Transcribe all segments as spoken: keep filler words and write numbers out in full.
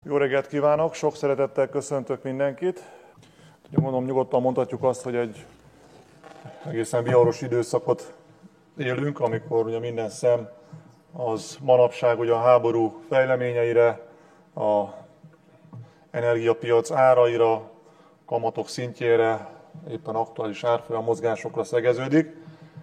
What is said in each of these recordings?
Jó reggelt kívánok, sok szeretettel köszöntök mindenkit. Ugye mondom, nyugodtan mondhatjuk azt, hogy egy egészen viharos időszakot élünk, amikor ugye minden szem az manapság ugye a háború fejleményeire, a energiapiac áraira, kamatok szintjére, éppen aktuális árfolyam mozgásokra szegeződik.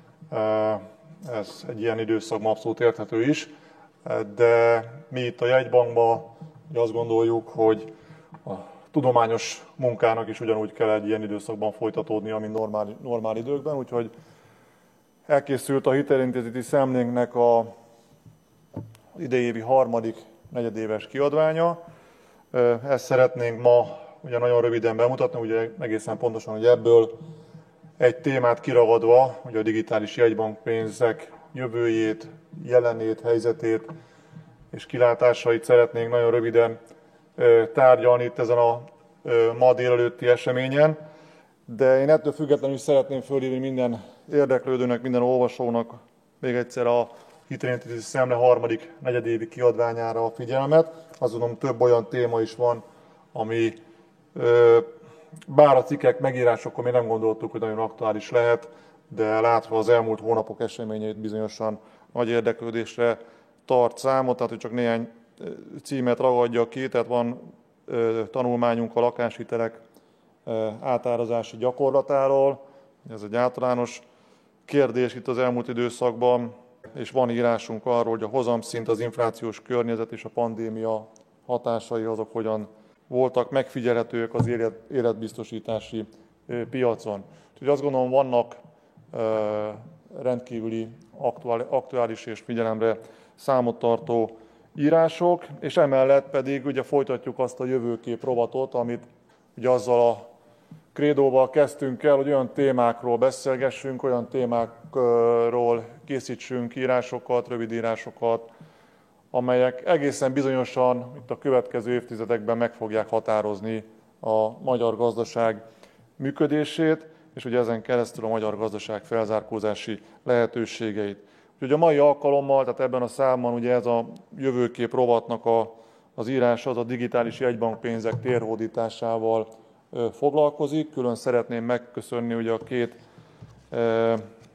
Ez egy ilyen időszakban abszolút érthető is, de mi itt a jegybankban azt gondoljuk, hogy a tudományos munkának is ugyanúgy kell egy ilyen időszakban folytatódnia, mint normál, normál időkben, úgyhogy elkészült a hitelintézeti szemlénknek a idei harmadik negyedéves kiadványa. Ezt szeretnénk ma ugye nagyon röviden bemutatni, ugye egészen pontosan, hogy ebből egy témát kiragadva, ugye a digitális jegybankpénzek jövőjét, jelenét, helyzetét és kilátásait szeretnénk nagyon röviden tárgyalni itt ezen a ma délelőtti eseményen. De én ettől függetlenül szeretném fölhívni minden érdeklődőnek, minden olvasónak még egyszer a hitelintézeti szemle harmadik negyedévi kiadványára a figyelmet. Azt gondolom, több olyan téma is van, ami bár a cikkek megírásokon mi nem gondoltuk, hogy nagyon aktuális lehet, de látva az elmúlt hónapok eseményeit bizonyosan nagy érdeklődésre tart számot, tehát hogy csak néhány címet ragadja ki, tehát van tanulmányunk a lakáshitelek átárazási gyakorlatáról, ez egy általános kérdés itt az elmúlt időszakban, és van írásunk arról, hogy a hozamszint, az inflációs környezet és a pandémia hatásai azok hogyan voltak megfigyelhetők az élet, életbiztosítási piacon. Úgyhogy azt gondolom, vannak rendkívüli aktuális és figyelemre számot tartó írások, és emellett pedig ugye folytatjuk azt a jövőkép rovatot, amit ugye azzal a krédóval kezdtünk el, hogy olyan témákról beszélgessünk, olyan témákról készítsünk írásokat, rövid írásokat, amelyek egészen bizonyosan itt a következő évtizedekben meg fogják határozni a magyar gazdaság működését, és ugye ezen keresztül a magyar gazdaság felzárkózási lehetőségeit. Úgyhogy a mai alkalommal, tehát ebben a számban ugye ez a jövőkép rovatnak a, az írása, az a digitális jegybankpénzek térhódításával ö, foglalkozik. Külön szeretném megköszönni ugye a két ö,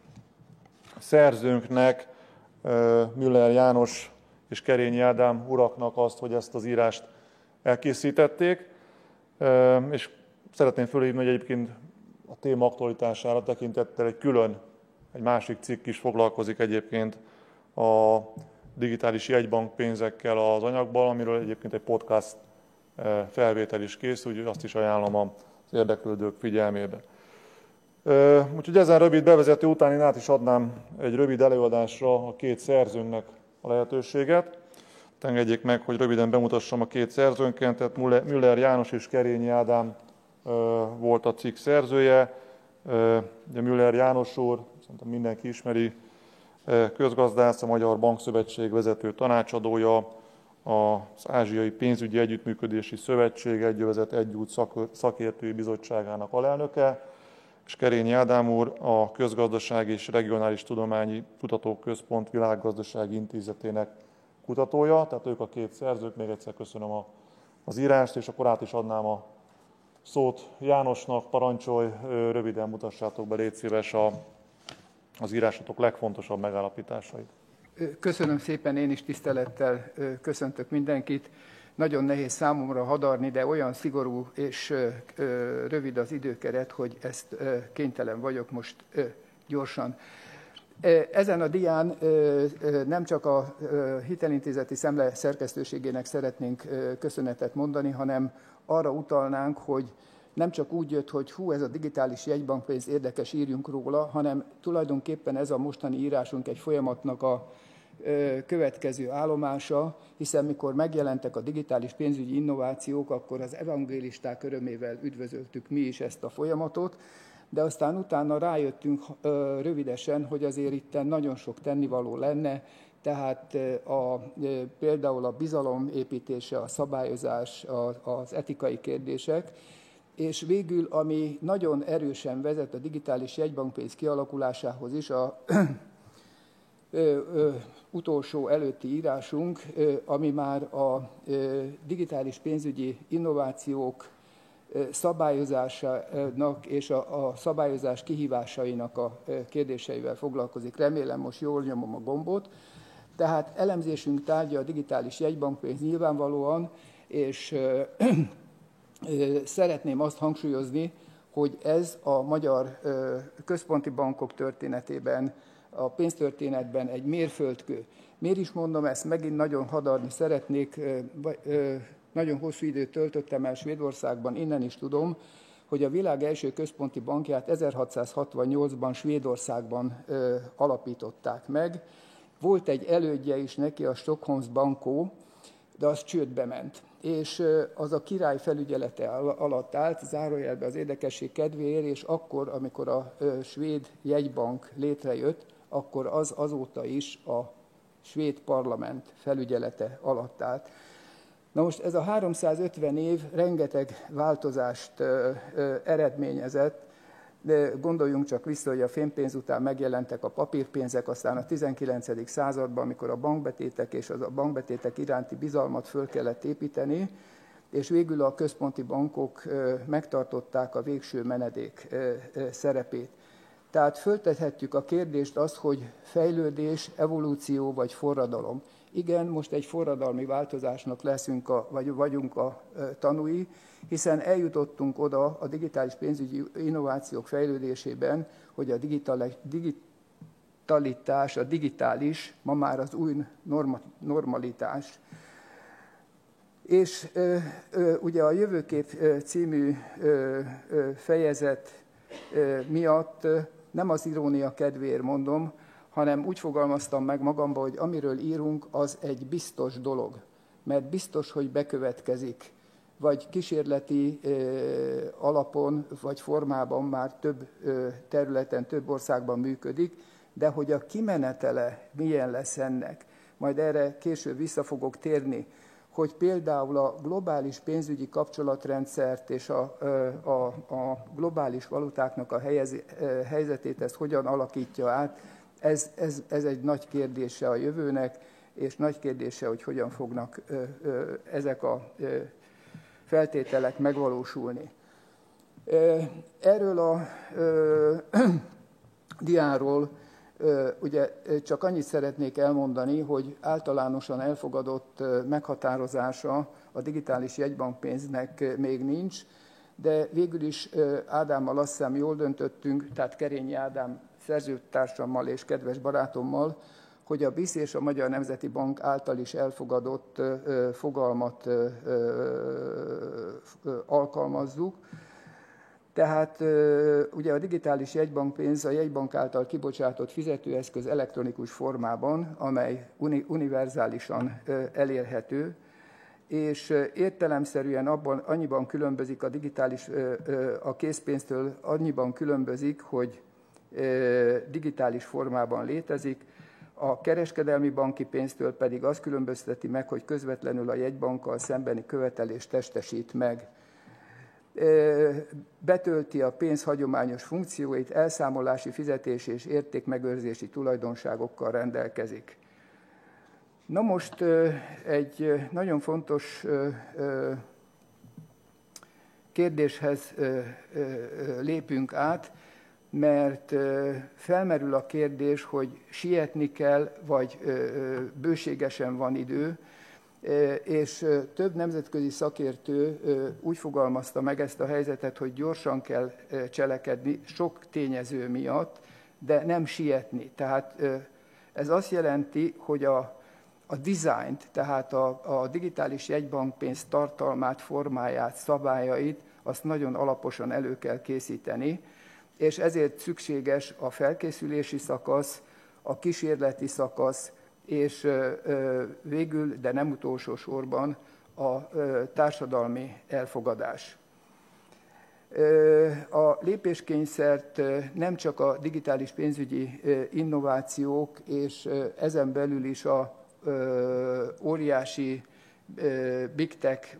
szerzőnknek, ö, Müller János és Kerényi Ádám uraknak azt, hogy ezt az írást elkészítették. Ö, és szeretném fölhívni, hogy egyébként a téma aktualitására tekintettel egy külön, egy másik cikk is foglalkozik egyébként a digitális jegybankpénzekkel az anyagban, amiről egyébként egy podcast felvétel is készül, úgyhogy azt is ajánlom az érdeklődők figyelmébe. Úgyhogy ezen rövid bevezető után én át is adnám egy rövid előadásra a két szerzőnknek a lehetőséget. Engedjék meg, hogy röviden bemutassam a két szerzőnket, tehát Müller János és Kerényi Ádám volt a cikk szerzője. Ugye Müller János úr, szerintem mindenki ismeri, közgazdász, a Magyar Bankszövetség vezető tanácsadója, az Ázsiai Pénzügyi Együttműködési Szövetség Egyövezet Egyút Szakértői Bizottságának alelnöke, és Kerényi Ádám úr a Közgazdasági és Regionális Tudományi Kutatóközpont Világgazdasági Intézetének kutatója, tehát ők a két szerzők, még egyszer köszönöm a, az írást, és akkor át is adnám a szót Jánosnak, parancsolj, röviden mutassátok be, légy szíves a, az írásatok legfontosabb megállapításait. Köszönöm szépen, én is tisztelettel köszöntök mindenkit. Nagyon nehéz számomra hadarni, de olyan szigorú és rövid az időkeret, hogy ezt kénytelen vagyok most gyorsan. Ezen a dián nem csak a hitelintézeti szemle szerkesztőségének szeretnénk köszönetet mondani, hanem arra utalnánk, hogy nem csak úgy jött, hogy hú, ez a digitális jegybankpénz érdekes, írjunk róla, hanem tulajdonképpen ez a mostani írásunk egy folyamatnak a következő állomása, hiszen mikor megjelentek a digitális pénzügyi innovációk, akkor az evangélisták örömével üdvözöltük mi is ezt a folyamatot, de aztán utána rájöttünk rövidesen, hogy azért itt nagyon sok tennivaló lenne, tehát a, például a bizalom építése, a szabályozás, az etikai kérdések, és végül, ami nagyon erősen vezet a digitális jegybankpénz kialakulásához is, a ö, ö, utolsó előtti írásunk, ö, ami már a ö, digitális pénzügyi innovációk ö, szabályozásának és a, a szabályozás kihívásainak a ö, kérdéseivel foglalkozik. Remélem, most jól nyomom a gombot. Tehát elemzésünk tárgya a digitális jegybankpénz nyilvánvalóan, és ö, ö, szeretném azt hangsúlyozni, hogy ez a magyar ö, központi bankok történetében, a pénztörténetben egy mérföldkő. Miért is mondom ezt? Megint nagyon hadarni szeretnék. Ö, ö, nagyon hosszú időt töltöttem el Svédországban, innen is tudom, hogy a világ első központi bankját ezerhatszázhatvannyolcban Svédországban ö, alapították meg. Volt egy elődje is neki, a Stockholms Bankó, de az csődbe ment. És az a király felügyelete alatt állt, zárójelbe az érdekesség kedvéért, és akkor, amikor a svéd jegybank létrejött, akkor az azóta is a svéd parlament felügyelete alatt állt. Na most ez a háromszázötven év rengeteg változást eredményezett, de gondoljunk csak vissza, hogy a fémpénz után megjelentek a papírpénzek, aztán a tizenkilencedik században, amikor a bankbetétek és az a bankbetétek iránti bizalmat föl kellett építeni, és végül a központi bankok megtartották a végső menedék szerepét. Tehát föltethetjük a kérdést azt, hogy fejlődés, evolúció vagy forradalom. Igen, most egy forradalmi változásnak leszünk a, vagy vagyunk a tanúi, hiszen eljutottunk oda a digitális pénzügyi innovációk fejlődésében, hogy a digitalitás, a digitális, ma már az új norma, normalitás. És ö, ö, ugye a Jövőkép című ö, ö, fejezet ö, miatt ö, nem az irónia kedvéért mondom, hanem úgy fogalmaztam meg magamba, hogy amiről írunk, az egy biztos dolog. Mert biztos, hogy bekövetkezik, vagy kísérleti ö, alapon, vagy formában már több ö, területen, több országban működik, de hogy a kimenetele milyen lesz ennek, majd erre később vissza fogok térni, hogy például a globális pénzügyi kapcsolatrendszert és a, a, a globális valutáknak a helyez, helyzetét ezt hogyan alakítja át, ez, ez, ez egy nagy kérdése a jövőnek, és nagy kérdése, hogy hogyan fognak ö, ö, ezek a ö, feltételek megvalósulni. Erről a ö, diáról ö, ugye csak annyit szeretnék elmondani, hogy általánosan elfogadott meghatározása a digitális jegybankpénznek még nincs, de végül is Ádámmal azt hiszem jól döntöttünk, tehát Kerényi Ádám szerzőtársammal és kedves barátommal, hogy a bé i es és a Magyar Nemzeti Bank által is elfogadott ö, fogalmat ö, ö, alkalmazzuk. Tehát ö, ugye a digitális jegybankpénz a jegybank által kibocsátott fizetőeszköz elektronikus formában, amely uni, univerzálisan ö, elérhető, és ö, értelemszerűen abban annyiban különbözik a digitális ö, ö, a készpénztől, annyiban különbözik, hogy ö, digitális formában létezik, a kereskedelmi banki pénztől pedig az különbözteti meg, hogy közvetlenül a jegybankkal szembeni követelést testesít meg. Betölti a pénz hagyományos funkcióit, elszámolási, fizetés és értékmegőrzési tulajdonságokkal rendelkezik. Na most egy nagyon fontos kérdéshez lépünk át, mert felmerül a kérdés, hogy sietni kell, vagy bőségesen van idő, és több nemzetközi szakértő úgy fogalmazta meg ezt a helyzetet, hogy gyorsan kell cselekedni sok tényező miatt, de nem sietni. Tehát ez azt jelenti, hogy a, a dizájnt, tehát a, a digitális jegybankpénz tartalmát, formáját, szabályait, azt nagyon alaposan elő kell készíteni, és ezért szükséges a felkészülési szakasz, a kísérleti szakasz, és végül, de nem utolsó sorban a társadalmi elfogadás. A lépéskényszert nem csak a digitális pénzügyi innovációk, és ezen belül is a óriási big tech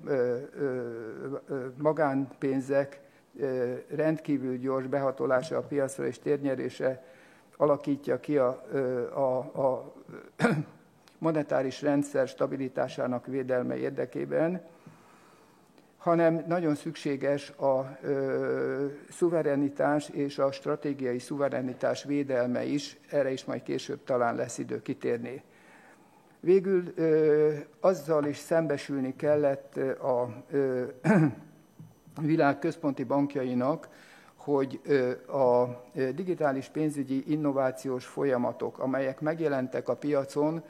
magánpénzek rendkívül gyors behatolása a piacra és térnyerése alakítja ki a, a, a monetáris rendszer stabilitásának védelme érdekében, hanem nagyon szükséges a ö, szuverenitás és a stratégiai szuverenitás védelme is, erre is majd később talán lesz idő kitérni. Végül ö, azzal is szembesülni kellett a ö, világ központi bankjainak, hogy ö, a digitális pénzügyi innovációs folyamatok, amelyek megjelentek a piacon,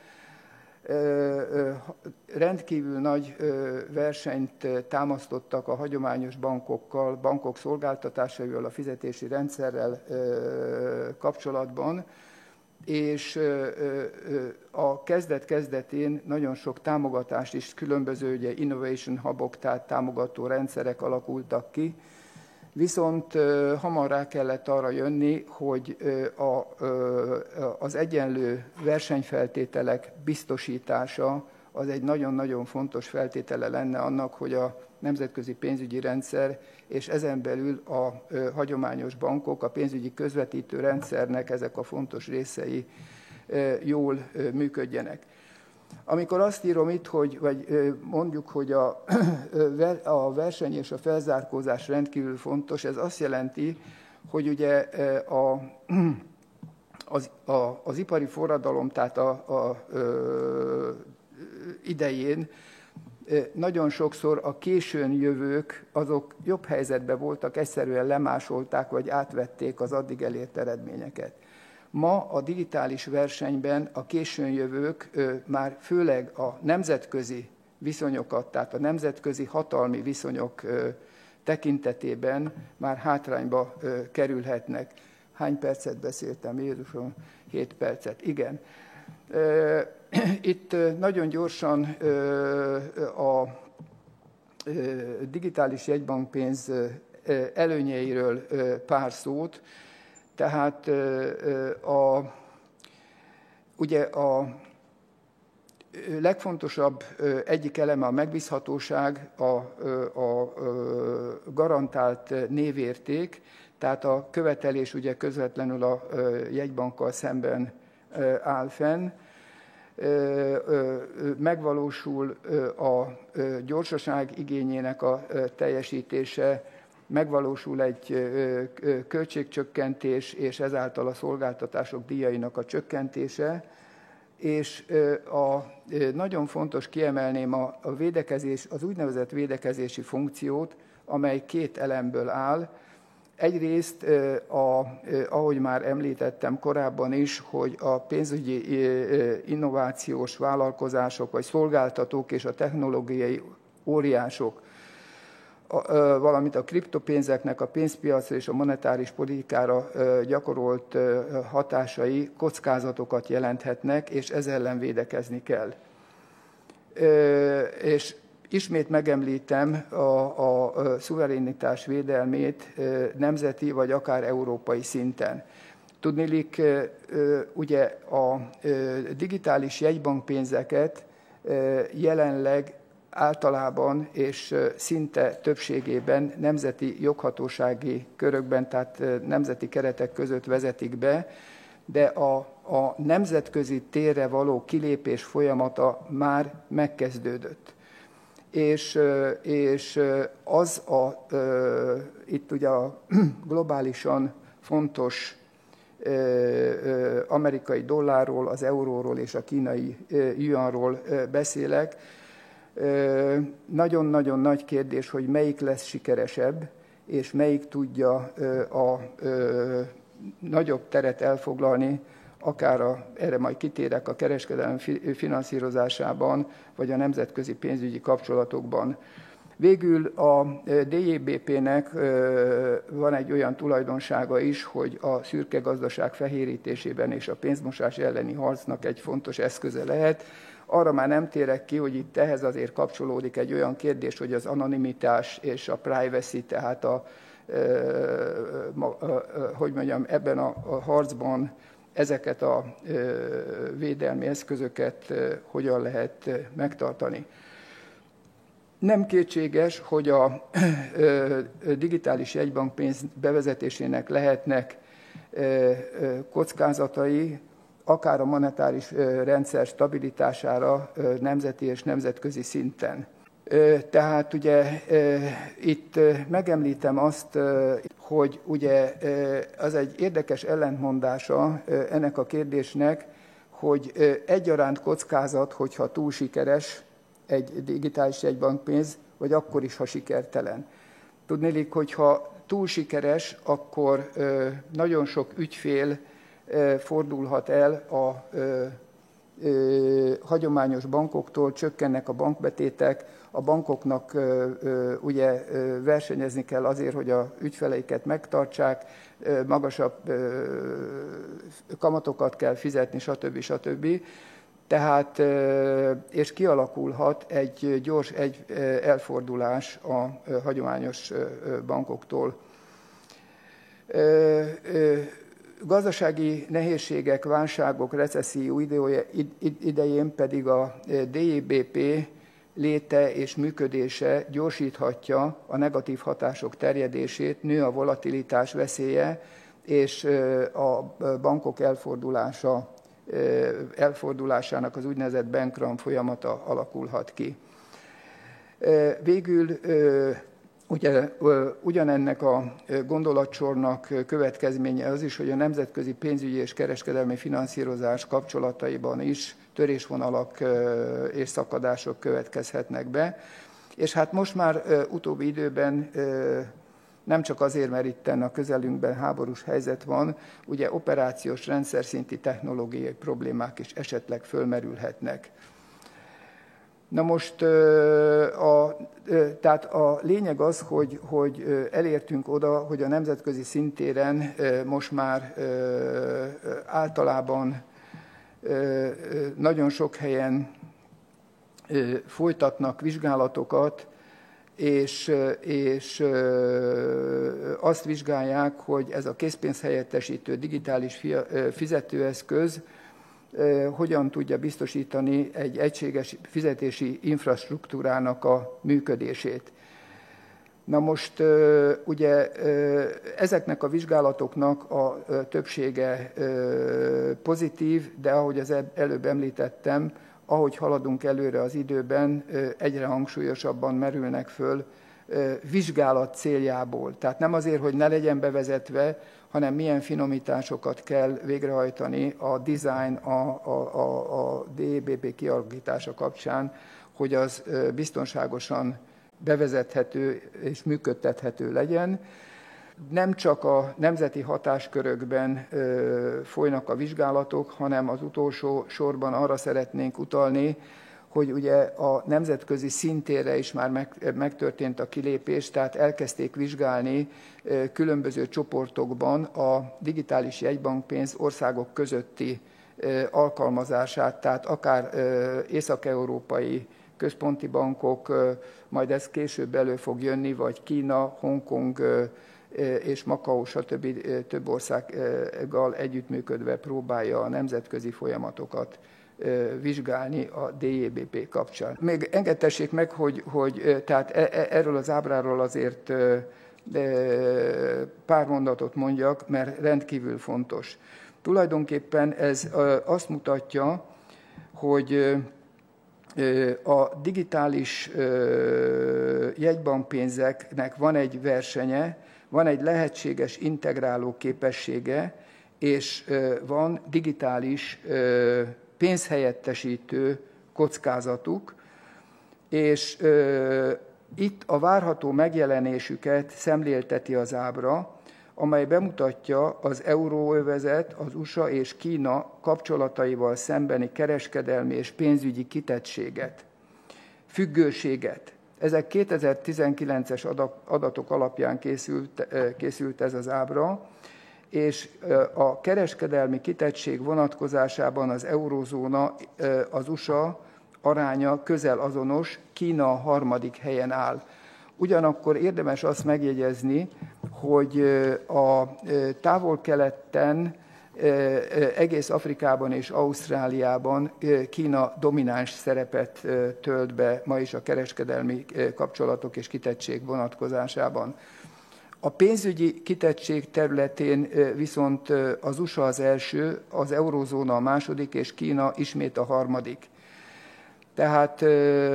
rendkívül nagy versenyt támasztottak a hagyományos bankokkal, bankok szolgáltatásaival, a fizetési rendszerrel kapcsolatban, és a kezdet-kezdetén nagyon sok támogatást is, különböző ugye, innovation hubok, tehát támogató rendszerek alakultak ki, viszont hamar rá kellett arra jönni, hogy a, az egyenlő versenyfeltételek biztosítása az egy nagyon-nagyon fontos feltétele lenne annak, hogy a nemzetközi pénzügyi rendszer és ezen belül a hagyományos bankok, a pénzügyi közvetítő rendszernek ezek a fontos részei jól működjenek. Amikor azt írom itt, hogy, vagy mondjuk, hogy a, a verseny és a felzárkózás rendkívül fontos, ez azt jelenti, hogy ugye a, az, a, az ipari forradalom, tehát a, a, a idején nagyon sokszor a későn jövők, azok jobb helyzetben voltak, egyszerűen lemásolták, vagy átvették az addig elért eredményeket. Ma a digitális versenyben a későn jövők már főleg a nemzetközi viszonyokat, tehát a nemzetközi hatalmi viszonyok tekintetében már hátrányba kerülhetnek. Hány percet beszéltem, Jézusom? Hét percet, igen. Itt nagyon gyorsan a digitális jegybankpénz előnyeiről pár szót. Tehát a, ugye a legfontosabb egyik eleme a megbízhatóság, a, a garantált névérték, tehát a követelés ugye közvetlenül a jegybankkal szemben áll fenn. Megvalósul a gyorsaság igényének a teljesítése, megvalósul egy költségcsökkentés, és ezáltal a szolgáltatások díjainak a csökkentése, és a, nagyon fontos kiemelném a, a védekezés, az úgynevezett védekezési funkciót, amely két elemből áll. Egyrészt, a, ahogy már említettem korábban is, hogy a pénzügyi innovációs vállalkozások vagy szolgáltatók és a technológiai óriások, valamint a kriptopénzeknek a pénzpiacra és a monetáris politikára gyakorolt hatásai kockázatokat jelenthetnek, és ez ellen védekezni kell. És ismét megemlítem a, a szuverenitás védelmét nemzeti vagy akár európai szinten. Tudniillik, ugye a digitális jegybankpénzeket jelenleg általában és szinte többségében nemzeti joghatósági körökben, tehát nemzeti keretek között vezetik be, de a, a nemzetközi térre való kilépés folyamata már megkezdődött. És, és az a, itt ugye a globálisan fontos amerikai dollárról, az euróról és a kínai yuanról beszélek, nagyon-nagyon nagy kérdés, hogy melyik lesz sikeresebb, és melyik tudja a nagyobb teret elfoglalni, akár a, erre majd kitérek, a kereskedelem finanszírozásában, vagy a nemzetközi pénzügyi kapcsolatokban. Végül a dé jé bé pé-nek van egy olyan tulajdonsága is, hogy a szürke gazdaság fehérítésében és a pénzmosás elleni harcnak egy fontos eszköze lehet. Arra már nem térek ki, hogy itt ehhez azért kapcsolódik egy olyan kérdés, hogy az anonimitás és a privacy, tehát a, hogy mondjam, ebben a harcban ezeket a védelmi eszközöket hogyan lehet megtartani. Nem kétséges, hogy a digitális jegybankpénz bevezetésének lehetnek kockázatai, akár a monetáris rendszer stabilitására nemzeti és nemzetközi szinten. Tehát ugye itt megemlítem azt, hogy ugye az egy érdekes ellentmondása ennek a kérdésnek, hogy egyaránt kockázat, hogyha túl sikeres egy digitális jegybankpénz, vagy akkor is, ha sikertelen. Tudnélik, hogyha túl sikeres, akkor nagyon sok ügyfél fordulhat el a hagyományos bankoktól, csökkennek a bankbetétek, a bankoknak ugye versenyezni kell azért, hogy a ügyfeleiket megtartsák, magasabb kamatokat kell fizetni, stb. stb. Tehát, és kialakulhat egy gyors egy elfordulás a hagyományos bankoktól. Gazdasági nehézségek, válságok, recesszió idején pedig a dé jé bé pé léte és működése gyorsíthatja a negatív hatások terjedését, nő a volatilitás veszélye, és a bankok elfordulása, elfordulásának az úgynevezett bankrun folyamata alakulhat ki. Végül ugye, ugyanennek a gondolatsornak következménye az is, hogy a nemzetközi pénzügyi és kereskedelmi finanszírozás kapcsolataiban is törésvonalak és szakadások következhetnek be. És hát most már utóbbi időben nem csak azért, mert itten a közelünkben háborús helyzet van, ugye operációs rendszer szinti technológiai problémák is esetleg fölmerülhetnek. Na most, a, tehát a lényeg az, hogy, hogy elértünk oda, hogy a nemzetközi szintéren most már általában nagyon sok helyen folytatnak vizsgálatokat, és, és azt vizsgálják, hogy ez a készpénzhelyettesítő digitális fizetőeszköz hogyan tudja biztosítani egy egységes fizetési infrastruktúrának a működését. Na most ugye ezeknek a vizsgálatoknak a többsége pozitív, de ahogy az előbb említettem, ahogy haladunk előre az időben, egyre hangsúlyosabban merülnek föl vizsgálat céljából. Tehát nem azért, hogy ne legyen bevezetve, hanem milyen finomításokat kell végrehajtani a design, a, a, a, a dé jé bé pé kialakítása kapcsán, hogy az biztonságosan bevezethető és működtethető legyen. Nem csak a nemzeti hatáskörökben ö, folynak a vizsgálatok, hanem az utolsó sorban arra szeretnénk utalni, hogy ugye a nemzetközi szintére is már meg, megtörtént a kilépés, tehát elkezdték vizsgálni ö, különböző csoportokban a digitális jegybankpénz országok közötti ö, alkalmazását, tehát akár ö, észak-európai központi bankok, ö, majd ez később elő fog jönni, vagy Kína, Hongkong, ö, és Makao, stb. Több országgal együttműködve próbálja a nemzetközi folyamatokat vizsgálni a dé jé bé pé kapcsán. Még engedtessék meg, hogy, hogy tehát erről az ábráról azért pár mondatot mondjak, mert rendkívül fontos. Tulajdonképpen ez azt mutatja, hogy a digitális jegybankpénzeknek van egy versenye, van egy lehetséges integráló képessége, és van digitális pénzhelyettesítő kockázatuk, és itt a várható megjelenésüket szemlélteti az ábra, amely bemutatja az euróövezet, az u es á és Kína kapcsolataival szembeni kereskedelmi és pénzügyi kitettséget, függőséget. Ezek kétezer-tizenkilences adatok alapján készült, készült ez az ábra, és a kereskedelmi kitettség vonatkozásában az eurózóna, az u es á aránya közel azonos, Kína a harmadik helyen áll. Ugyanakkor érdemes azt megjegyezni, hogy a távol-keleten, egész Afrikában és Ausztráliában Kína domináns szerepet tölt be ma is a kereskedelmi kapcsolatok és kitettség vonatkozásában. A pénzügyi kitettség területén viszont az u es á az első, az eurózóna a második, és Kína ismét a harmadik. Tehát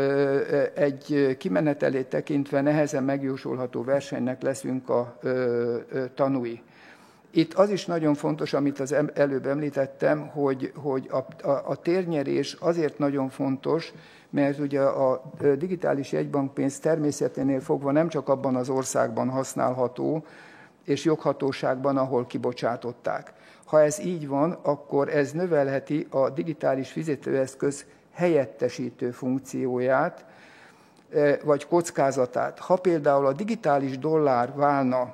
egy kimenetelét tekintve nehezen megjósolható versenynek leszünk a tanúi. Itt az is nagyon fontos, amit az előbb említettem, hogy, hogy a, a, a térnyerés azért nagyon fontos, mert ugye a digitális jegybankpénz természeténél fogva nem csak abban az országban használható, és joghatóságban, ahol kibocsátották. Ha ez így van, akkor ez növelheti a digitális fizetőeszköz helyettesítő funkcióját, vagy kockázatát. Ha például a digitális dollár válna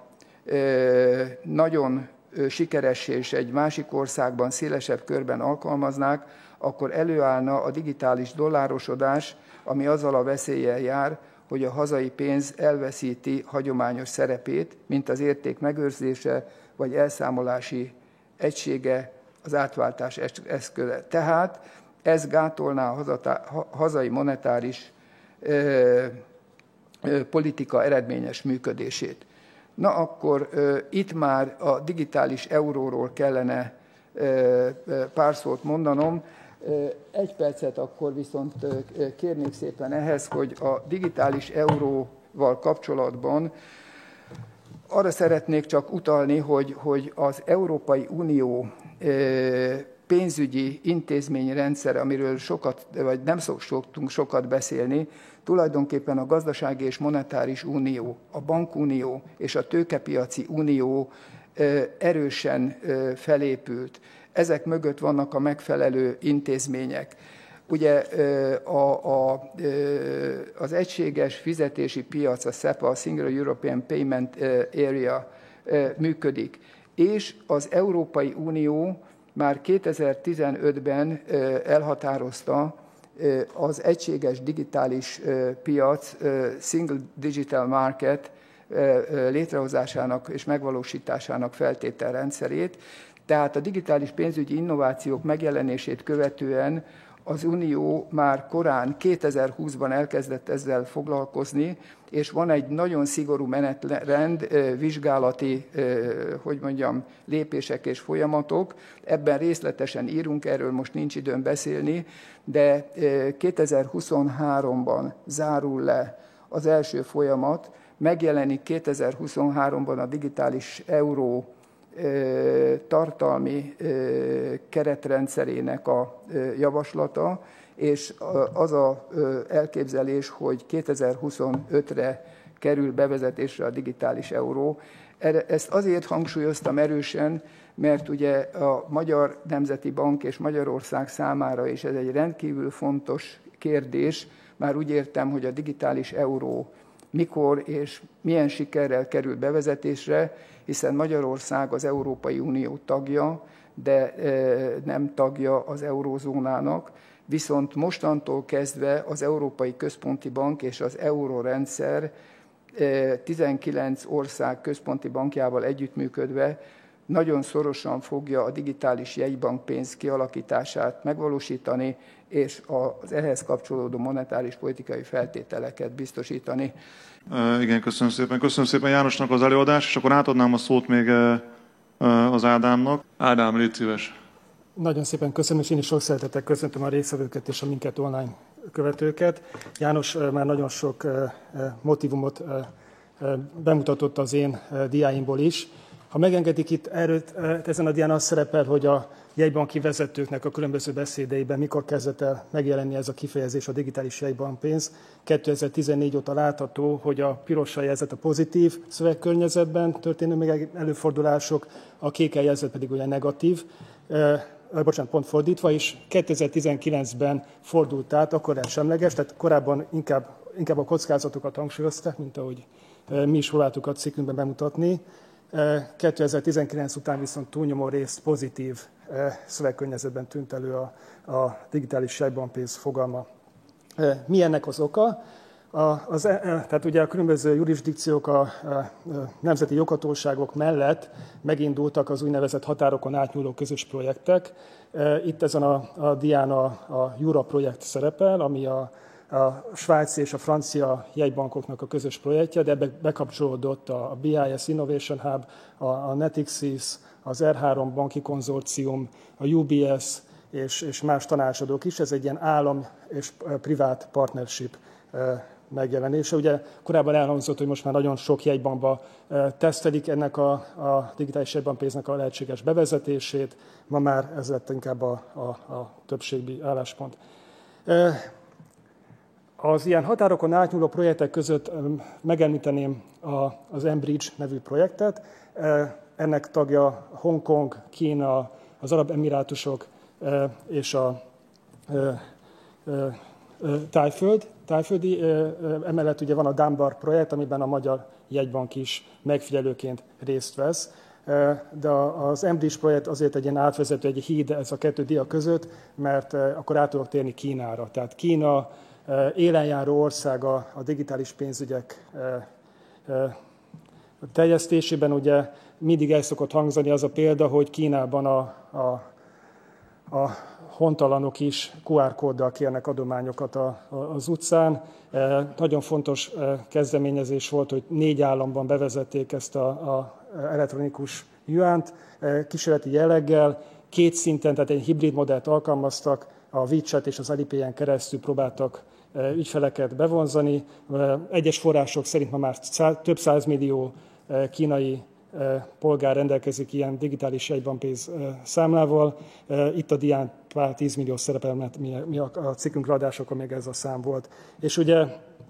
nagyon sikeressé, és egy másik országban szélesebb körben alkalmaznák, akkor előállna a digitális dollárosodás, ami azzal a veszéllyel jár, hogy a hazai pénz elveszíti hagyományos szerepét, mint az érték megőrzése, vagy elszámolási egysége, az átváltás eszköze. Tehát ez gátolná a hazai monetáris ö, ö, politika eredményes működését. Na akkor ö, itt már a digitális euróról kellene ö, ö, pár szót mondanom. Ö, egy percet akkor viszont ö, kérnék szépen ehhez, hogy a digitális euróval kapcsolatban arra szeretnék csak utalni, hogy, hogy az Európai Unió ö, pénzügyi intézményrendszer, amiről sokat, vagy nem szoktunk sokat beszélni, tulajdonképpen a gazdasági és monetáris unió, a bankunió és a tőkepiaci unió erősen felépült. Ezek mögött vannak a megfelelő intézmények. Ugye a, a, az egységes fizetési piac, a SEPA, a Single European Payment Area működik, és az Európai Unió már kétezer-tizenötben elhatározta az egységes digitális piac, Single Digital Market létrehozásának és megvalósításának feltételrendszerét. Tehát a digitális pénzügyi innovációk megjelenését követően az Unió már korán kétezer-húszban elkezdett ezzel foglalkozni, és van egy nagyon szigorú menetrend, vizsgálati, hogy mondjam, lépések és folyamatok. Ebben részletesen írunk, erről most nincs időm beszélni, de kétezer-huszonháromban zárul le az első folyamat, megjelenik kétezer-huszonháromban a digitális euró tartalmi keretrendszerének a javaslata, és az az elképzelés, hogy kétezer-huszonötre kerül bevezetésre a digitális euró. Ezt azért hangsúlyoztam erősen, mert ugye a Magyar Nemzeti Bank és Magyarország számára is ez egy rendkívül fontos kérdés. Már úgy értem, hogy a digitális euró mikor és milyen sikerrel kerül bevezetésre, hiszen Magyarország az Európai Unió tagja, de nem tagja az eurózónának, viszont mostantól kezdve az Európai Központi Bank és az eurórendszer tizenkilenc ország központi bankjával együttműködve nagyon szorosan fogja a digitális jegybankpénz kialakítását megvalósítani, és az ehhez kapcsolódó monetáris politikai feltételeket biztosítani. Igen, köszönöm szépen. Köszönöm szépen Jánosnak az előadást, és akkor átadnám a szót még az Ádámnak. Ádám, légy szíves. Nagyon szépen köszönöm, és én is sok szeretettel köszöntöm a résztvevőket és a minket online követőket. János már nagyon sok motivumot bemutatott az én diáimból is. Ha megengedik, itt erről, ezen a dián az szerepel, hogy a jegybanki vezetőknek a különböző beszédeiben mikor kezdett el megjelenni ez a kifejezés, a digitális jegybankpénz. kétezer-tizennégy óta látható, hogy a pirossal jelzett a pozitív szövegkörnyezetben történő még előfordulások, a kékkel jelzett pedig ugye negatív, eh, bocsánat, pont fordítva, és kétezer-tizenkilencben fordult át, akkor el semleges, tehát korábban inkább, inkább a kockázatokat hangsúlyozták, mint ahogy eh, mi is próbáltuk a cikkünkben bemutatni. kétezer-tizenkilenc után viszont túlnyomó részt pozitív szövegkörnyezetben tűnt elő a, a digitális jegybankpénz fogalma. Mi ennek az oka? A, az, tehát ugye a különböző jurisdikciók, a, a nemzeti joghatóságok mellett megindultak az úgynevezett határokon átnyúló közös projektek. Itt ezen a, a dián a, a Jura projekt szerepel, ami a a svájci és a francia jegybankoknak a közös projektje, de ebbe bekapcsolódott a bé i es Innovation Hub, a Natixis, az er három banki konzorcium, a u bé es és, és más tanácsadók is. Ez egy ilyen állam és privát partnership megjelenése. Ugye korábban elhangzott, hogy most már nagyon sok jegybankba tesztelik ennek a, a digitális jegybankpénznek a lehetséges bevezetését. Ma már ez lett inkább a, a, a többségi álláspont. Az ilyen határokon átnyúló projektek között megemlíteném az mBridge nevű projektet. Ennek tagja Hongkong, Kína, az Arab Emirátusok és a Tájföld. Tájföldi, emellett ugye van a Dunbar projekt, amiben a Magyar Jegybank is megfigyelőként részt vesz. De az mBridge projekt azért egy ilyen átvezető, egy híd ez a kettő dia között, mert akkor át tudok térni Kínára. Tehát Kína élenjáró országa a digitális pénzügyek terjesztésében. Ugye mindig el szokott hangzani az a példa, hogy Kínában a, a, a hontalanok is kú ár kóddal kérnek adományokat a, a, az utcán. E, nagyon fontos e, kezdeményezés volt, hogy négy államban bevezették ezt a, a elektronikus juánt, e, kísérleti jelleggel, két szinten, tehát egy hibrid modellt alkalmaztak, a WeChat és az Alipay-en keresztül próbáltak e, ügyfeleket bevonzani. E, egyes források szerint ma már szá, több százmillió e, kínai polgár rendelkezik ilyen digitális jegybankpénz számlával. Itt a dián pár tízmillió szerepel, mert mi a cikkünk adásokon még ez a szám volt. És ugye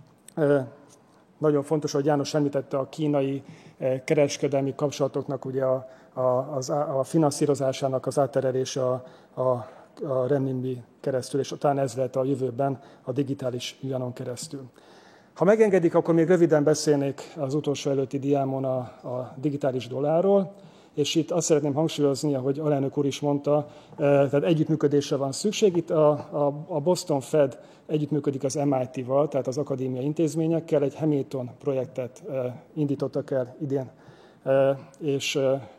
nagyon fontos, hogy János említette a kínai kereskedelmi kapcsolatoknak ugye a, a, a finanszírozásának az átterelése a, a, a renminbi keresztül, és talán ez lehet a jövőben a digitális juanon keresztül. Ha megengedik, akkor még röviden beszélnék az utolsó előtti diámon a, a digitális dollárról, és itt azt szeretném hangsúlyozni, ahogy alelnök úr is mondta, tehát együttműködésre van szükség. Itt a, a, a Boston Fed együttműködik az em i té-val, tehát az akadémiai intézményekkel, egy Hamilton projektet indítottak el idén, és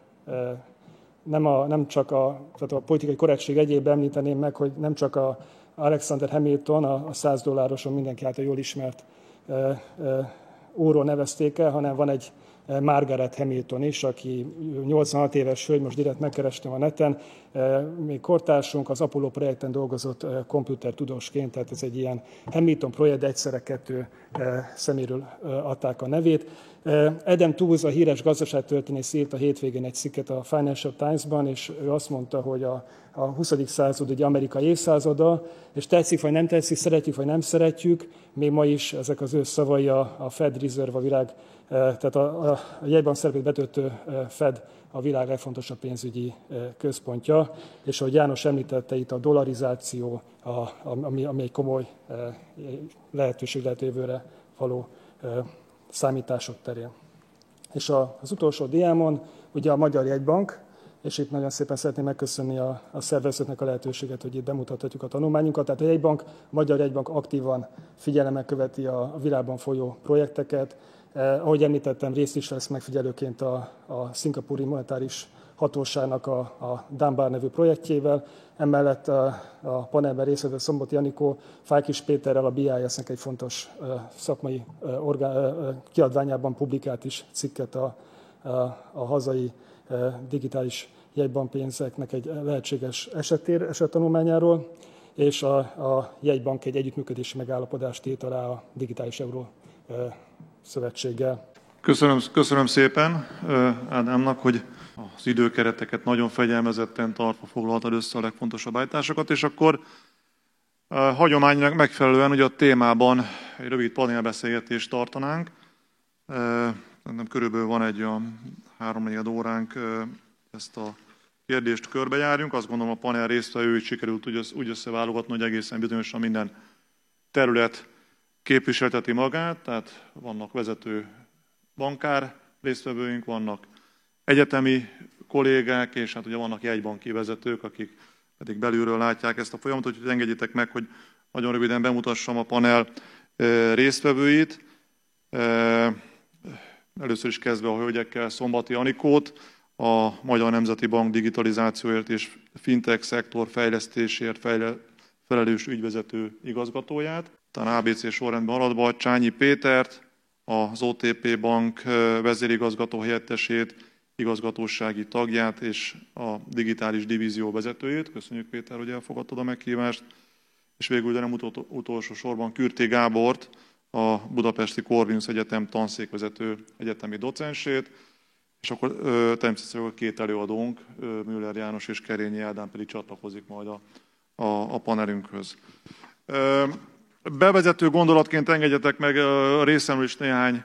nem, a, nem csak a, tehát a politikai korrektség egyéb említeném meg, hogy nem csak a Alexander Hamilton, a, a száz dollároson mindenki által jól ismert óról nevezték el, hanem van egy Margaret Hamilton is, aki nyolcvanhat éves hölgy, most direkt megkerestem a neten, még kortársunk, az Apollo projekten dolgozott komputertudósként, tehát ez egy ilyen Hamilton projekt, de egyszerre kettő szeméről adták a nevét. Adam Tooze, a híres gazdaságtörténész írt a hétvégén egy cikket a Financial Times-ban, és ő azt mondta, hogy a, a huszadik század ugye Amerika évszázada, és tetszik vagy nem tetszik, szeretjük vagy nem szeretjük, még ma is ezek az ő szavai a, a Fed Reserve, a világ, tehát a, a, a jegybank szerepét betöltő Fed a világ legfontosabb pénzügyi központja, és ahogy János említette, itt a dollarizáció, a, ami, ami egy komoly lehetőség lehet jövőre való számítások terén. És az utolsó diámon ugye a Magyar Jegybank, és itt nagyon szépen szeretném megköszönni a, a szervezőknek a lehetőséget, hogy itt bemutathatjuk a tanulmányunkat. Tehát a Jegybank, a Magyar Jegybank aktívan figyelemmel követi a, a világban folyó projekteket. Eh, ahogy említettem, részt is vesz megfigyelőként a, a szingapúri monetáris hatóságnak a, a Dunbar nevű projektjével. Emellett a, a panelben részt vett Szomboti Anikó, Fájkis Péterrel a bé i es-nek egy fontos uh, szakmai uh, orgán, uh, kiadványában publikált is cikket a, a, a hazai uh, digitális jegybankpénzeknek egy lehetséges esetér, esettanulmányáról, és a, a jegybank egy együttműködési megállapodást írt alá a Digitális Euró uh, Szövetséggel. Köszönöm, köszönöm szépen Ádámnak, hogy az időkereteket nagyon fegyelmezetten tartva foglaltad össze a legfontosabb állításokat, és akkor a hagyománynak megfelelően ugye a témában egy rövid panelbeszélgetést tartanánk. Szerintem körülbelül van egy a háromnegyed óránk, ezt a kérdést körbejárjunk. Azt gondolom a panel résztvevőit sikerült úgy összeválogatni, hogy egészen bizonyosan minden terület képviselteti magát, tehát vannak vezető bankár résztvevőink, vannak egyetemi kollégák, és hát ugye vannak jegybanki vezetők, akik pedig belülről látják ezt a folyamatot, úgyhogy engedjétek meg, hogy nagyon röviden bemutassam a panel résztvevőit. Először is kezdve a hölgyekkel, Szombati Anikót, a Magyar Nemzeti Bank digitalizációért és fintech szektor fejlesztésért fejle, felelős ügyvezető igazgatóját. talán á bé cé sorrendben haladva, Csányi Pétert, az o té pé Bank vezérigazgató helyettesét, igazgatósági tagját és a digitális divízió vezetőjét. Köszönjük, Péter, hogy elfogadtad a meghívást. És végül, de nem utolsó sorban, Kürti Gábort, a Budapesti Corvinus Egyetem tanszékvezető egyetemi docensét, és akkor természetesen a két előadónk, Müller János és Kerényi Ádám pedig csatlakozik majd a, a, a panelünkhöz. Bevezető gondolatként engedjetek meg a részemről is néhány,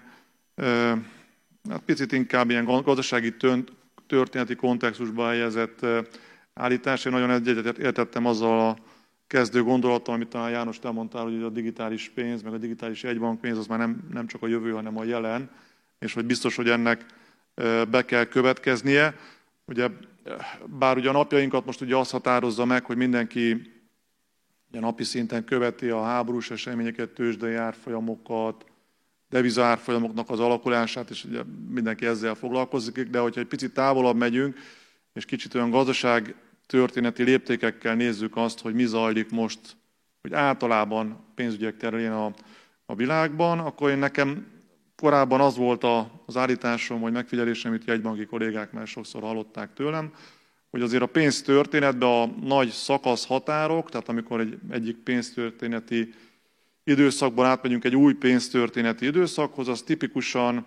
hát picit inkább ilyen gazdasági történeti kontextusba helyezett állítás. Én nagyon egyetértettem azzal a kezdő gondolattal, amit talán János, te mondtál, hogy a digitális pénz, meg a digitális egybankpénz az már nem, nem csak a jövő, hanem a jelen, és hogy biztos, hogy ennek be kell következnie. Ugye, bár ugye a napjainkat most ugye azt határozza meg, hogy mindenki ugye napi szinten követi a háborús eseményeket, tőzsdei árfolyamokat, deviza árfolyamoknak az alakulását, és ugye mindenki ezzel foglalkozik, de hogyha egy picit távolabb megyünk, és kicsit olyan gazdaság történeti léptékekkel nézzük azt, hogy mi zajlik most, hogy általában pénzügyek terén a, a világban, akkor én nekem korábban az volt a, az állításom, vagy megfigyelésem, amit jegybanki kollégák már sokszor hallották tőlem, hogy azért a pénztörténetben a nagy szakaszhatárok, tehát amikor egy, egyik pénztörténeti időszakban átmegyünk egy új pénztörténeti időszakhoz, az tipikusan,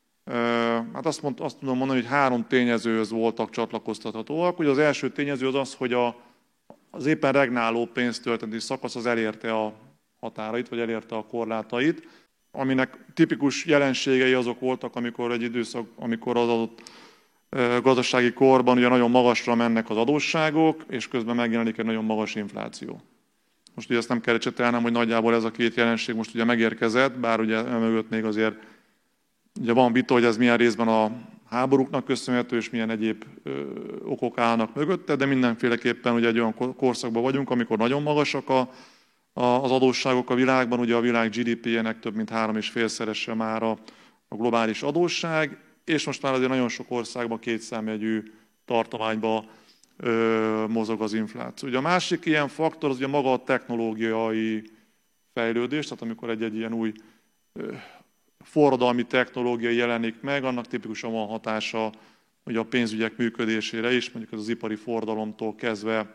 hát azt, mond, azt tudom mondani, hogy három tényezőhöz voltak csatlakoztathatóak. Ugye az első tényező az az, hogy a, az éppen regnáló pénztörténeti szakasz az elérte a határait, vagy elérte a korlátait, aminek tipikus jelenségei azok voltak, amikor egy időszak, amikor az adott gazdasági korban ugye nagyon magasra mennek az adósságok, és közben megjelenik egy nagyon magas infláció. Most ugye ezt nem kell ecsetelnem, hogy nagyjából ez a két jelenség most ugye megérkezett, bár ugye mögött még azért ugye van vita, hogy ez milyen részben a háborúknak köszönhető, és milyen egyéb ö, okok állnak mögötte, de mindenféleképpen ugye egy olyan korszakban vagyunk, amikor nagyon magasak a, a, az adósságok a világban, ugye a világ gé dé pé-jének több mint három és félszerese már a, a globális adósság, és most már azért nagyon sok országban kétszámjegyű tartományban ö, mozog az infláció. Ugye a másik ilyen faktor az ugye maga a technológiai fejlődés, tehát amikor egy-egy ilyen új ö, forradalmi technológia jelenik meg, annak tipikusan van hatása ugye a pénzügyek működésére is, mondjuk ez az ipari forradalomtól kezdve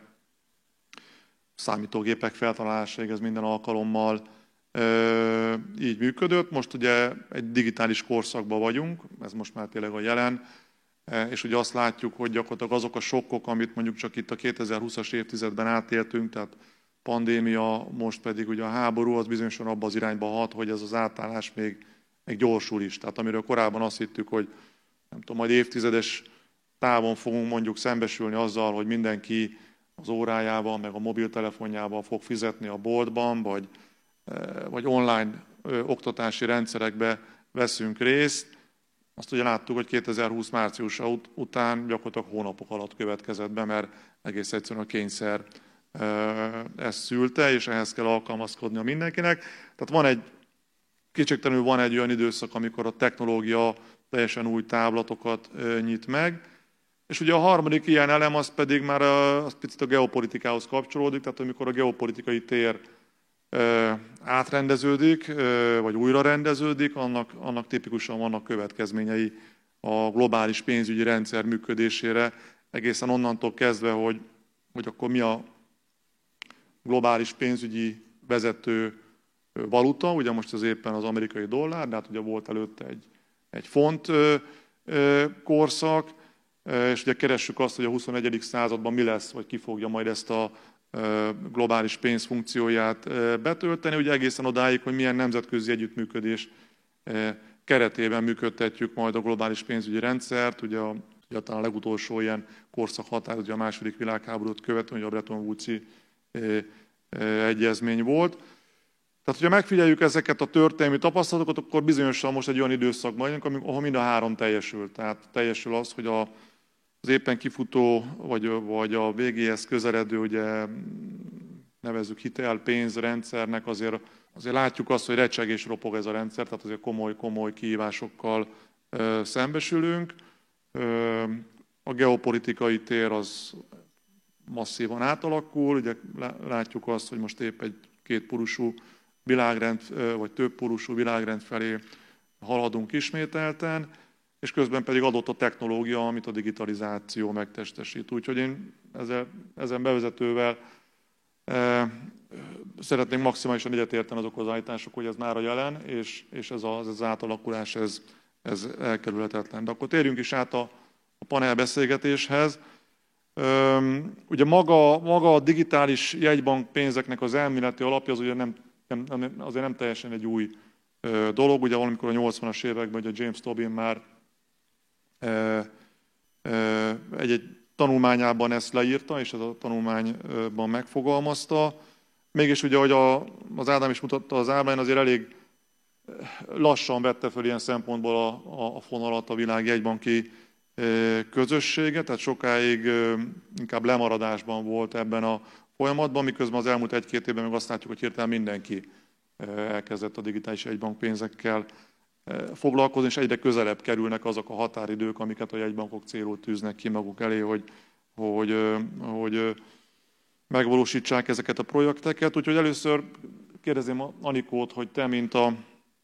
számítógépek feltalálásáig ez minden alkalommal ö, így működött. Most ugye egy digitális korszakban vagyunk, ez most már tényleg a jelen, és ugye azt látjuk, hogy gyakorlatilag azok a sokkok, amit mondjuk csak itt a kétezer-húszas évtizedben átéltünk, tehát pandémia, most pedig ugye a háború, az bizonyosan abba az irányba hat, hogy ez az átállás még, még gyorsul is. Tehát amiről korábban azt hittük, hogy nem tudom, majd évtizedes távon fogunk mondjuk szembesülni azzal, hogy mindenki az órájával, meg a mobiltelefonjával fog fizetni a boltban, vagy, vagy online ö, oktatási rendszerekbe veszünk részt. Azt ugye láttuk, hogy kétezer-húsz márciusa ut- után gyakorlatilag hónapok alatt következett be, mert egész egyszerűen a kényszer ö, ezt szülte, és ehhez kell alkalmazkodnia mindenkinek. Tehát van egy, kétségtelenül van egy olyan időszak, amikor a technológia teljesen új távlatokat ö, nyit meg. És ugye a harmadik ilyen elem az pedig már a, az picit a geopolitikához kapcsolódik, tehát amikor a geopolitikai tér ö, átrendeződik, ö, vagy újra rendeződik, annak, annak tipikusan vannak következményei a globális pénzügyi rendszer működésére, egészen onnantól kezdve, hogy, hogy akkor mi a globális pénzügyi vezető valuta, ugye most az éppen az amerikai dollár, de hát ugye volt előtte egy, egy font ö, ö, korszak, és ugye keressük azt, hogy a huszonegyedik században mi lesz, vagy ki fogja majd ezt a globális pénz funkcióját betölteni, ugye egészen odáig, hogy milyen nemzetközi együttműködés keretében működtetjük majd a globális pénzügyi rendszert, ugye a, ugye talán a legutolsó ilyen korszak határ, ugye a második világháborút követően, hogy a Bretton Woods-i egyezmény volt. Tehát, hogyha megfigyeljük ezeket a történelmi tapasztalatokat, akkor bizonyosan most egy olyan időszakban vagyunk, ahol mind a három teljesül. Tehát teljesül az, hogy a az éppen kifutó, vagy, vagy a végéhez közeledő, ugye nevezzük hitel, pénzrendszernek, azért, azért látjuk azt, hogy recseg és ropog ez a rendszer, tehát azért komoly-komoly kihívásokkal ö, szembesülünk. Ö, a geopolitikai tér az masszívan átalakul, ugye látjuk azt, hogy most épp egy kétpólusú világrend, vagy több pólusú világrend felé haladunk ismételten, és közben pedig adott a technológia, amit a digitalizáció megtestesít. Úgyhogy én ezzel, ezen bevezetővel e, szeretnénk maximálisan egyetérteni azok az állítások, hogy ez már a jelen, és, és ez, az, ez az átalakulás, ez, ez elkerülhetetlen. De akkor térjünk is át a, a panelbeszélgetéshez. Üm, ugye maga, maga a digitális jegybank pénzeknek az elméleti alapja az ugye nem, nem, azért nem teljesen egy új ö, dolog. Ugye valamikor a nyolcvanas években ugye James Tobin már egy-egy tanulmányában ezt leírta, és ez a tanulmányban megfogalmazta. Mégis ugye, ahogy a, az Ádám is mutatta az ábrán, azért elég lassan vette fel ilyen szempontból a, a, a fonalat a világ jegybanki közössége, tehát sokáig inkább lemaradásban volt ebben a folyamatban, miközben az elmúlt egy-két évben meg azt látjuk, hogy hirtelen mindenki elkezdett a digitális jegybank pénzekkel foglalkozni, és egyre közelebb kerülnek azok a határidők, amiket a jegybankok célul tűznek ki maguk elé, hogy, hogy, hogy megvalósítsák ezeket a projekteket. Úgyhogy először kérdezném Anikót, hogy te, mint a,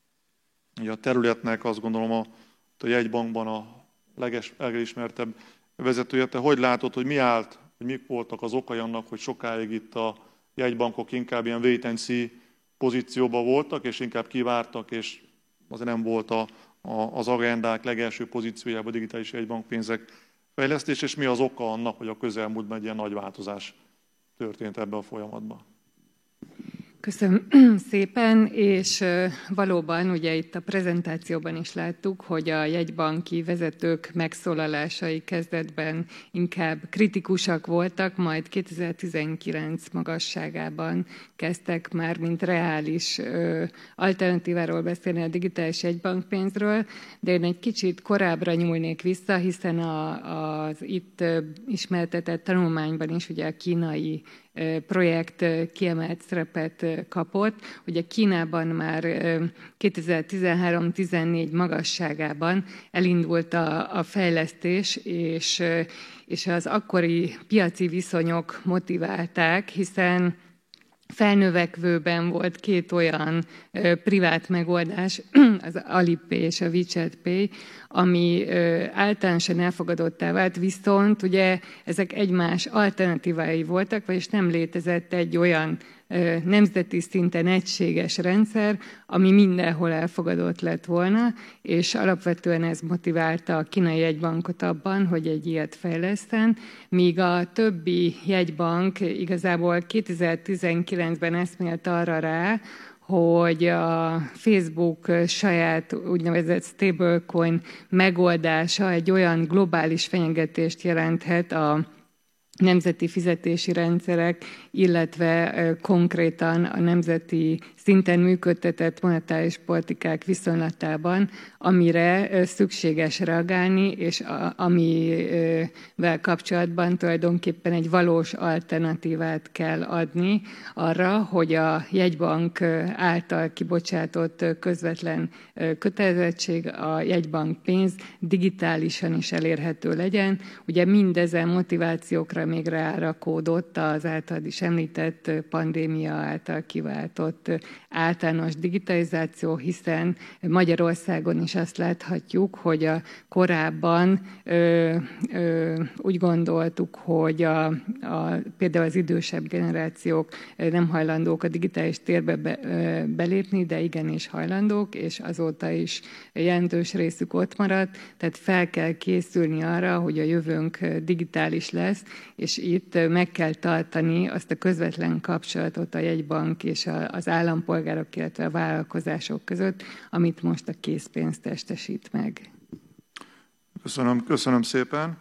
a területnek, azt gondolom a, a jegybankban a leges, legismertebb vezetője, te hogy látod, hogy mi állt, hogy mik voltak az okai annak, hogy sokáig itt a jegybankok inkább ilyen wait and see pozícióban voltak, és inkább kivártak, és azért nem volt a, a, az agendák legelső pozíciójában a digitális jegybankpénzek fejlesztés, és mi az oka annak, hogy a közelmúltban egy ilyen nagy változás történt ebbe a folyamatban? Köszönöm szépen, és valóban ugye itt a prezentációban is láttuk, hogy a jegybanki vezetők megszólalásai kezdetben inkább kritikusak voltak, majd kétezer-tizenkilenc magasságában kezdtek már mint reális alternatíváról beszélni a digitális jegybankpénzről, de én egy kicsit korábbra nyúlnék vissza, hiszen a, az itt ismertetett tanulmányban is ugye a kínai projekt kiemelt szerepet kapott. Ugye Kínában már kétezer-tizenhárom-tizennégy magasságában elindult a, a fejlesztés, és, és az akkori piaci viszonyok motiválták, hiszen felnövekvőben volt két olyan ö, privát megoldás, az Alipay és a WeChat Pay, ami ö, általánosan elfogadottá vált, viszont ugye ezek egymás alternatívái voltak, vagyis nem létezett egy olyan ö, nemzeti szinten egységes rendszer, ami mindenhol elfogadott lett volna, és alapvetően ez motiválta a kínai jegybankot abban, hogy egy ilyet fejleszten, míg a többi jegybank igazából kétezer-tizenkilencben eszmélt arra rá, hogy a Facebook saját úgynevezett stablecoin megoldása egy olyan globális fenyegetést jelenthet a nemzeti fizetési rendszerek, illetve konkrétan a nemzeti szinten működtetett monetáris politikák viszonylatában, amire szükséges reagálni, és amivel kapcsolatban tulajdonképpen egy valós alternatívát kell adni arra, hogy a jegybank által kibocsátott közvetlen kötelezettség, a jegybank pénz digitálisan is elérhető legyen. Ugye mindezen motivációkra még rárakódott az általad is említett pandémia által kiváltott általános digitalizáció, hiszen Magyarországon is azt láthatjuk, hogy a korábban ö, ö, úgy gondoltuk, hogy a, a, például az idősebb generációk nem hajlandók a digitális térbe be, ö, belépni, de igenis hajlandók, és azóta is jelentős részük ott maradt, tehát fel kell készülni arra, hogy a jövőnk digitális lesz, és itt meg kell tartani azt a közvetlen kapcsolatot a jegybank és az állampolgárok, illetve a vállalkozások között, amit most a készpénz testesít meg. Köszönöm, köszönöm szépen.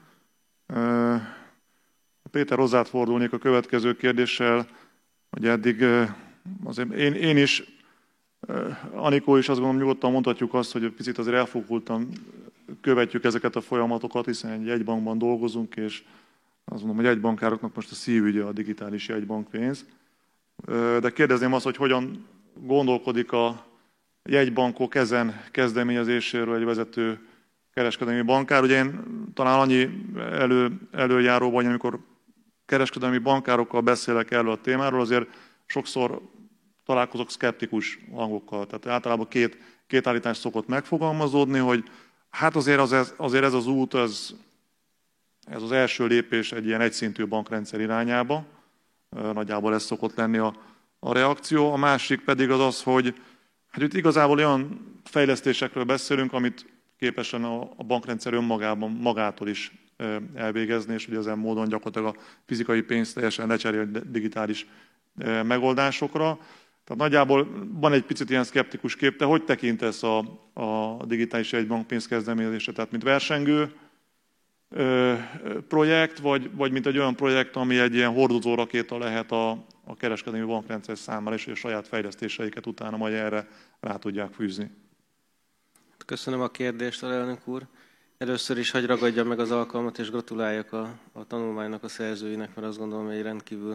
Péter, hozzád fordulnék a következő kérdéssel, hogy eddig azért én, én is, Anikó is azt gondolom, nyugodtan mondhatjuk azt, hogy picit azért elfogultan követjük ezeket a folyamatokat, hiszen egy jegybankban dolgozunk, és azt mondom, hogy jegybankároknak most a szívügye a digitális jegybankpénz. De kérdezném azt, hogy hogyan gondolkodik a jegybankok ezen kezdeményezéséről egy vezető kereskedelmi bankár. Ugye én talán annyi elő, előjáró vagy, amikor kereskedelmi bankárokkal beszélek erről a témáról, azért sokszor találkozok szkeptikus hangokkal. Tehát általában két, két állítás szokott megfogalmazódni, hogy hát azért, az, azért ez az út, ez, ez az első lépés egy ilyen egyszintű bankrendszer irányába. Nagyjából ez szokott lenni a, a reakció. A másik pedig az az, hogy hát itt igazából olyan fejlesztésekről beszélünk, amit képesen a, a bankrendszer önmagában magától is elvégezni, és ugye ezen módon gyakorlatilag a fizikai pénzt teljesen lecserél digitális megoldásokra. Tehát nagyjából van egy picit ilyen szkeptikus kép. Te hogy tekintesz a, a digitális jegybankpénz kezdeményezésre? Tehát mint versengő ö, projekt, vagy, vagy mint egy olyan projekt, ami egy ilyen hordozó rakéta lehet a, a kereskedelmi bankrendszer számára, és hogy a saját fejlesztéseiket utána majd erre rá tudják fűzni? Köszönöm a kérdést, elnök úr. Először is hagy ragadjam meg az alkalmat, és gratuláljak a, a tanulmánynak a szerzőinek, mert azt gondolom, hogy egy rendkívül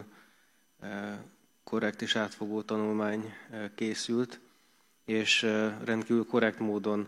korrekt és átfogó tanulmány készült, és rendkívül korrekt módon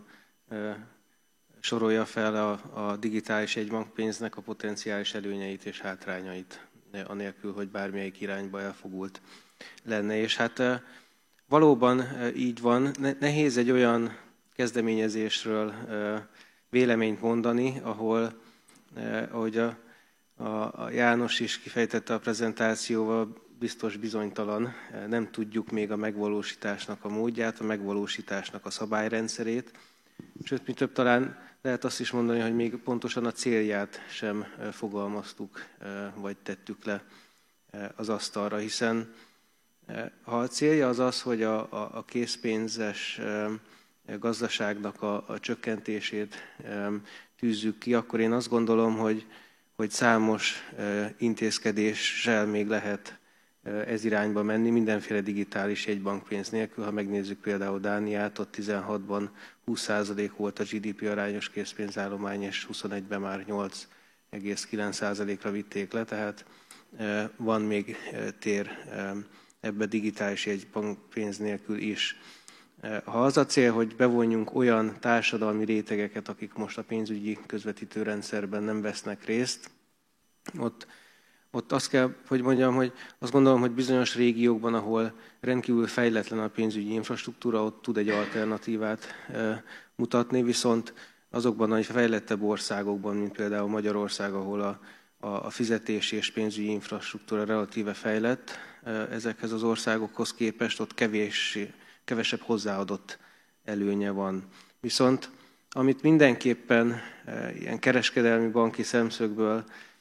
sorolja fel a, a digitális jegybankpénznek a potenciális előnyeit és hátrányait, anélkül, hogy bármelyik irányba elfogult lenne. És hát valóban így van, nehéz egy olyan kezdeményezésről véleményt mondani, ahol, ahogy a, a, a János is kifejtette a prezentációval, biztos bizonytalan, nem tudjuk még a megvalósításnak a módját, a megvalósításnak a szabályrendszerét. Sőt, mi több, talán lehet azt is mondani, hogy még pontosan a célját sem fogalmaztuk, vagy tettük le az asztalra, hiszen ha a célja az az, hogy a, a, a készpénzes gazdaságnak a, a csökkentését tűzzük ki, akkor én azt gondolom, hogy, hogy számos intézkedéssel még lehet ez irányba menni, mindenféle digitális jegybankpénz nélkül. Ha megnézzük például Dániát, ott tizenhatban húsz százalék volt a gé dé pé arányos készpénzállomány, és huszonegyben már nyolc egész kilenc százalékra vitték le, tehát van még tér ebbe digitális jegybankpénz nélkül is. Ha az a cél, hogy bevonjunk olyan társadalmi rétegeket, akik most a pénzügyi közvetítőrendszerben nem vesznek részt, ott, ott azt kell, hogy mondjam, hogy azt gondolom, hogy bizonyos régiókban, ahol rendkívül fejletlen a pénzügyi infrastruktúra, ott tud egy alternatívát mutatni, viszont azokban a fejlettebb országokban, mint például Magyarország, ahol a, a fizetési és pénzügyi infrastruktúra relatíve fejlett, ezekhez az országokhoz képest ott kevés, kevesebb hozzáadott előnye van. Viszont amit mindenképpen ilyen kereskedelmi banki szemszögből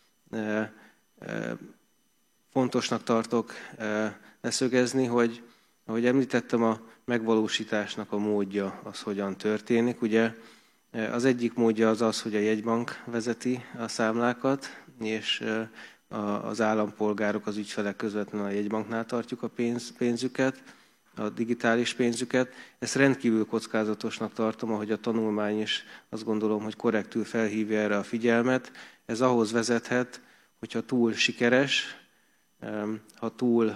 fontosnak tartok leszögezni, hogy ahogy említettem, a megvalósításnak a módja az hogyan történik. Ugye az egyik módja az az, hogy a jegybank vezeti a számlákat, és az állampolgárok, az ügyfelek közvetlenül a jegybanknál tartjuk a pénz, pénzüket, a digitális pénzüket. Ezt rendkívül kockázatosnak tartom, ahogy a tanulmány is azt gondolom, hogy korrektül felhívja erre a figyelmet. Ez ahhoz vezethet, hogyha túl sikeres, ha túl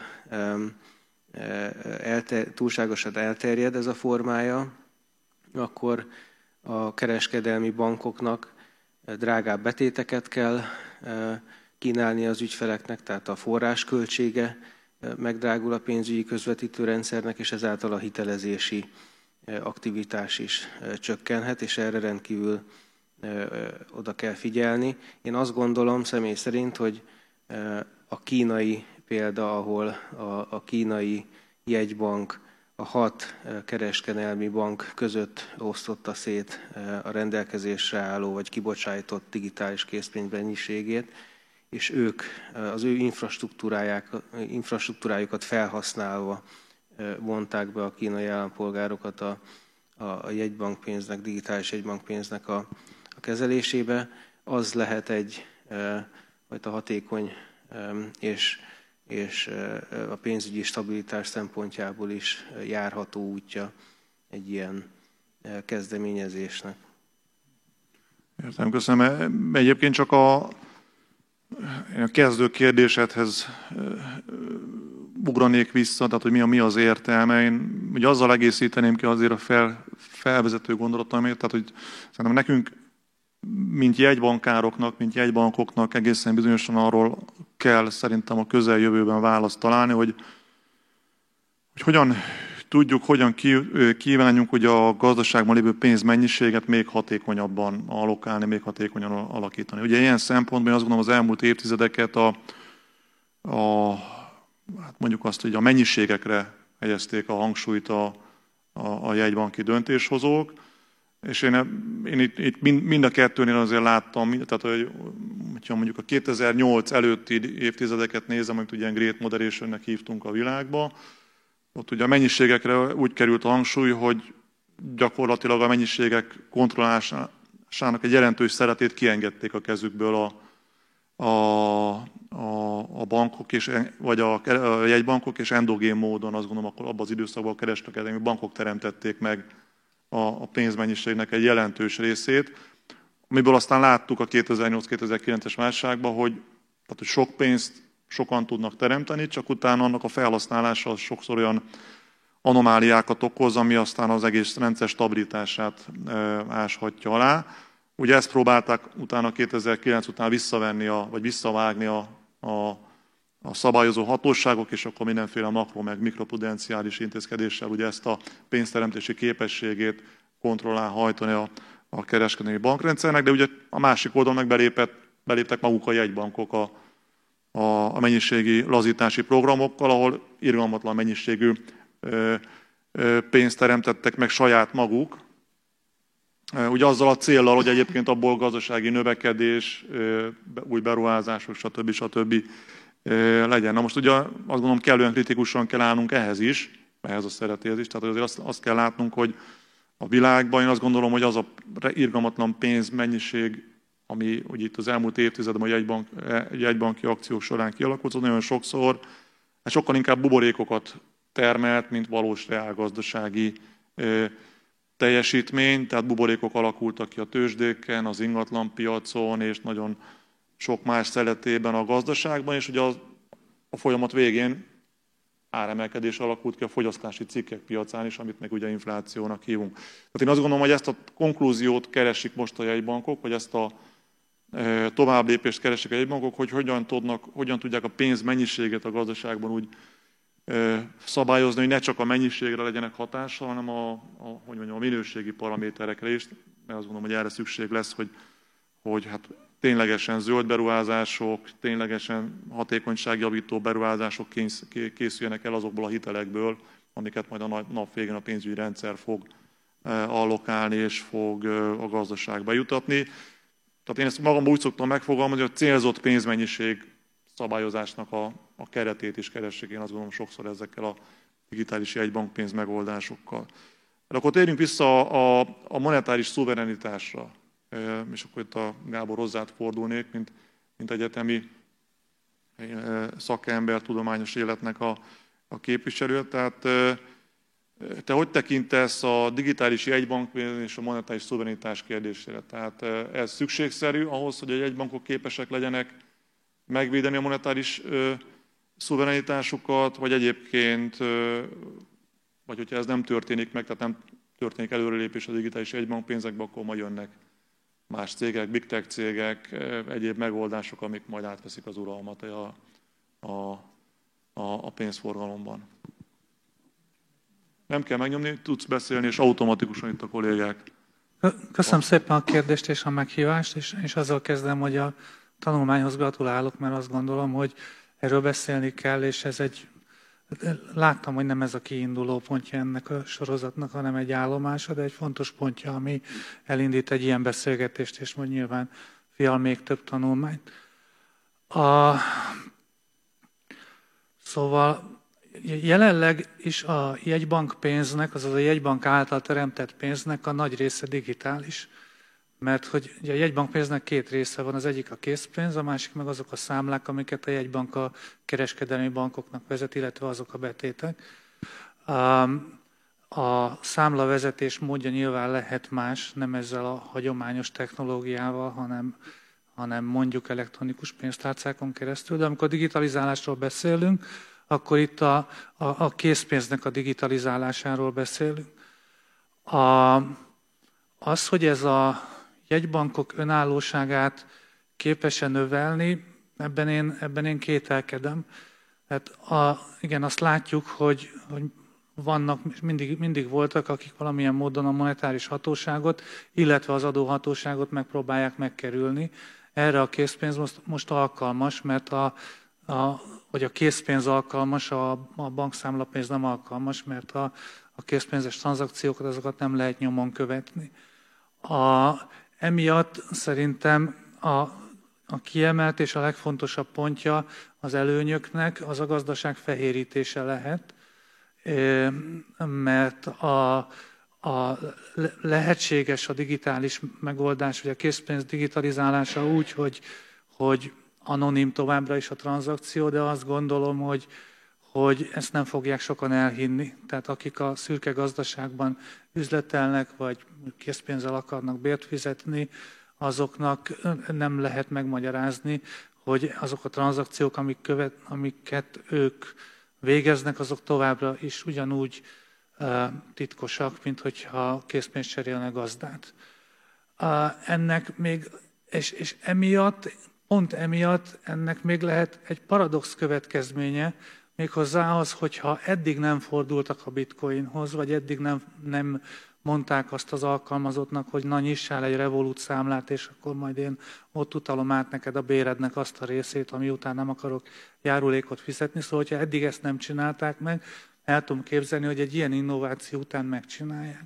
elter, túlságosan elterjed ez a formája, akkor a kereskedelmi bankoknak drágább betéteket kell kínálni az ügyfeleknek, tehát a forrásköltsége megdrágul a pénzügyi közvetítőrendszernek, és ezáltal a hitelezési aktivitás is csökkenhet, és erre rendkívül oda kell figyelni. Én azt gondolom személy szerint, hogy a kínai példa, ahol a, a kínai jegybank a hat kereskedelmi bank között osztotta szét a rendelkezésre álló vagy kibocsájtott digitális készpénz mennyiségét, és ők az ő infrastruktúrájukat felhasználva vonták be a kínai állampolgárokat a, a jegybankpénznek, digitális jegybankpénznek a, a kezelésébe, az lehet egy fajta hatékony és, és a pénzügyi stabilitás szempontjából is járható útja egy ilyen kezdeményezésnek. Értem, köszönöm. Egyébként csak a, a kezdő kérdésedhez ugranék vissza, tehát hogy mi, a, mi az értelme. Én ugye azzal egészíteném ki azért a fel, felvezető gondolatomért, tehát hogy szerintem nekünk, mint jegybankároknak, mint jegybankoknak egészen bizonyosan arról kell szerintem a közeljövőben választ találni, hogy hogy hogyan tudjuk, hogyan kívánjunk hogy a gazdaságban lévő pénzmennyiséget még hatékonyabban allokálni, még hatékonyan alakítani. Ugye ilyen szempontból azt gondolom az elmúlt évtizedeket a, a hát mondjuk azt, hogy a mennyiségekre helyezték a hangsúlyt a, a, a jegybanki döntéshozók, és én, én itt, itt mind a kettőnél azért láttam, tehát hogy, hogyha mondjuk a kétezer-nyolc előtti évtizedeket nézem, amit ugye Great Moderationnek hívtunk a világba, ott ugye a mennyiségekre úgy került a hangsúly, hogy gyakorlatilag a mennyiségek kontrollásának egy jelentős szeretét kiengedték a kezükből a, a, a, a bankok, és, vagy a, a jegybankok, és endogén módon azt gondolom, akkor abban az időszakban a kereskedelmi bankok teremtették meg a, a pénzmennyiségnek egy jelentős részét, amiből aztán láttuk a kétezer-nyolc-kétezer-kilences válságban, hogy, tehát, hogy sok pénzt sokan tudnak teremteni, csak utána annak a felhasználása az sokszor olyan anomáliákat okoz, ami aztán az egész rendszer stabilitását áshatja alá. Ugye ezt próbálták utána kétezer-kilenc után visszavenni, a, vagy visszavágni a, a, a szabályozó hatóságok, és akkor mindenféle makro- meg mikroprudenciális intézkedéssel ugye ezt a pénzteremtési képességét kontrollál hajtani a, a kereskedelmi bankrendszernek, de ugye a másik oldalon meg belépett, beléptek maguk a jegybankok a, a, a mennyiségi lazítási programokkal, ahol irgalmatlan mennyiségű ö, ö, pénzt teremtettek meg saját maguk, ugye azzal a céllal, hogy egyébként abból gazdasági növekedés, új beruházások, stb. stb. Legyen. Na most ugye azt gondolom kellően kritikusan kell állnunk ehhez is, ehhez a szeretéhez is, tehát azért azt, azt kell látnunk, hogy a világban én azt gondolom, hogy az a irgalmatlan pénzmennyiség, ami ugye itt az elmúlt évtizedben a jegybank, jegybanki akciók során kialakult, az nagyon sokszor hát sokkal inkább buborékokat termelt, mint valós reálgazdasági teljesítmény, tehát buborékok alakultak ki a tőzsdéken, az ingatlanpiacon, és nagyon sok más szeletében a gazdaságban, és ugye a, a folyamat végén áremelkedés alakult ki a fogyasztási cikkek piacán is, amit meg ugye inflációnak hívunk. Tehát én azt gondolom, hogy ezt a konklúziót keresik most a jegybankok, vagy ezt a e, továbblépést keresik a jegybankok, hogy hogyan, tudnak, hogyan tudják a pénz mennyiséget a gazdaságban úgy szabályozni, hogy ne csak a mennyiségre legyenek hatással, hanem a, a, hogy mondjam, a minőségi paraméterekre is, mert azt gondolom, hogy erre szükség lesz, hogy, hogy hát ténylegesen zöld beruházások, ténylegesen hatékonyságjavító beruházások készüljenek el azokból a hitelekből, amiket majd a nap végén a pénzügyi rendszer fog allokálni és fog a gazdaságba jutatni. Tehát én ezt magamban úgy szoktam megfogalmazni, hogy a célzott pénzmennyiség szabályozásnak a, a keretét is keressék, én azt gondolom sokszor ezekkel a digitális jegybankpénz megoldásokkal. De akkor térjünk vissza a, a, a monetáris szuverenitásra, és akkor itt a Gábor hozzád fordulnék, mint, mint egyetemi szakember, tudományos életnek a, a képviselő. Tehát te hogy tekintesz a digitális jegybankpénz és a monetáris szuverenitás kérdésére? Tehát ez szükségszerű ahhoz, hogy a jegybankok képesek legyenek megvédeni a monetáris ö, szuverenitásukat, vagy egyébként, ö, vagy hogyha ez nem történik meg, tehát nem történik előrelépés a digitális jegybankpénzekbe, akkor majd jönnek más cégek, big tech cégek, ö, egyéb megoldások, amik majd átveszik az uralmat a, a, a, a pénzforgalomban. Nem kell megnyomni, tudsz beszélni, és automatikusan itt a kollégák. Köszönöm szépen a kérdést és a meghívást, és, és azzal kezdem, hogy a tanulmányhoz gratulálok, mert azt gondolom, hogy erről beszélni kell, és ez egy, láttam, hogy nem ez a kiinduló pontja ennek a sorozatnak, hanem egy állomása, de egy fontos pontja, ami elindít egy ilyen beszélgetést, és majd nyilván fial még több tanulmányt. A, szóval jelenleg is a jegybankpénznek, azaz a jegybank által teremtett pénznek a nagy része digitális. Mert hogy ugye a jegybankpénznek két része van, az egyik a készpénz, a másik meg azok a számlák, amiket a jegybank a kereskedelmi bankoknak vezet, illetve azok a betétek. A számlavezetés módja nyilván lehet más, nem ezzel a hagyományos technológiával, hanem, hanem mondjuk elektronikus pénztárcákon keresztül. De amikor digitalizálásról beszélünk, akkor itt a, a, a készpénznek a digitalizálásáról beszélünk. A, az, hogy ez a jegybankok önállóságát képes-e növelni, ebben én, ebben én kételkedem. Hát a, igen, azt látjuk, hogy, hogy vannak, mindig, mindig voltak, akik valamilyen módon a monetáris hatóságot, illetve az adóhatóságot megpróbálják megkerülni. Erre a készpénz most, most alkalmas, mert a, a, hogy a készpénz alkalmas, a, a bankszámlapénz nem alkalmas, mert a, a készpénzes tranzakciókat, azokat nem lehet nyomon követni. A, emiatt szerintem a, a kiemelt és a legfontosabb pontja az előnyöknek az a gazdaság fehérítése lehet, mert a, a lehetséges a digitális megoldás, vagy a készpénz digitalizálása úgy, hogy, hogy anonim továbbra is a tranzakció, de azt gondolom, hogy, hogy ezt nem fogják sokan elhinni. Tehát akik a szürke gazdaságban üzletelnek, vagy készpénzzel akarnak bért fizetni, azoknak nem lehet megmagyarázni, hogy azok a tranzakciók, amik követ, amiket ők végeznek, azok továbbra is ugyanúgy uh, titkosak, mint hogyha készpénzt cserélne gazdát. Uh, ennek még, és, és emiatt, pont emiatt ennek még lehet egy paradox következménye, méghozzá az, hogyha eddig nem fordultak a bitcoinhoz, vagy eddig nem, nem mondták azt az alkalmazottnak, hogy na nyissál egy Revolut számlát, és akkor majd én ott utalom át neked a bérednek azt a részét, ami után nem akarok járulékot fizetni. Szóval, hogyha eddig ezt nem csinálták meg, el tudom képzelni, hogy egy ilyen innováció után megcsinálják.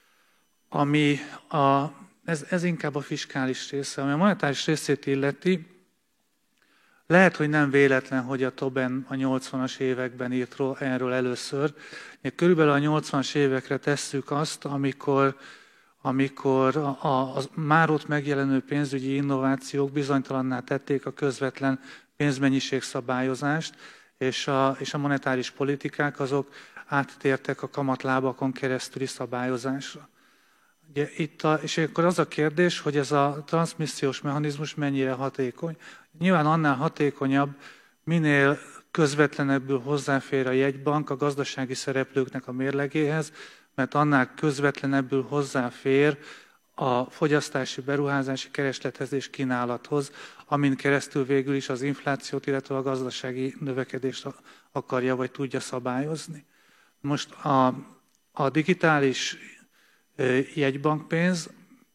Ami a, ez, ez inkább a fiskális része, ami a monetáris részét illeti. Lehet, hogy nem véletlen, hogy a Tobin a nyolcvanas években írt erről először. Körülbelül a nyolcvanas évekre tesszük azt, amikor, amikor a, a, a már ott megjelenő pénzügyi innovációk bizonytalanná tették a közvetlen pénzmennyiségszabályozást, és a, és a monetáris politikák azok áttértek a kamatlábakon keresztüli szabályozásra. Ugye itt a, és akkor az a kérdés, hogy ez a transzmissziós mechanizmus mennyire hatékony. Nyilván annál hatékonyabb, minél közvetlenebbül hozzáfér a jegybank a gazdasági szereplőknek a mérlegéhez, mert annál közvetlenebbül hozzáfér a fogyasztási, beruházási kereslethez és kínálathoz, amin keresztül végül is az inflációt, illetve a gazdasági növekedést akarja vagy tudja szabályozni. Most a, a digitális jegybankpénz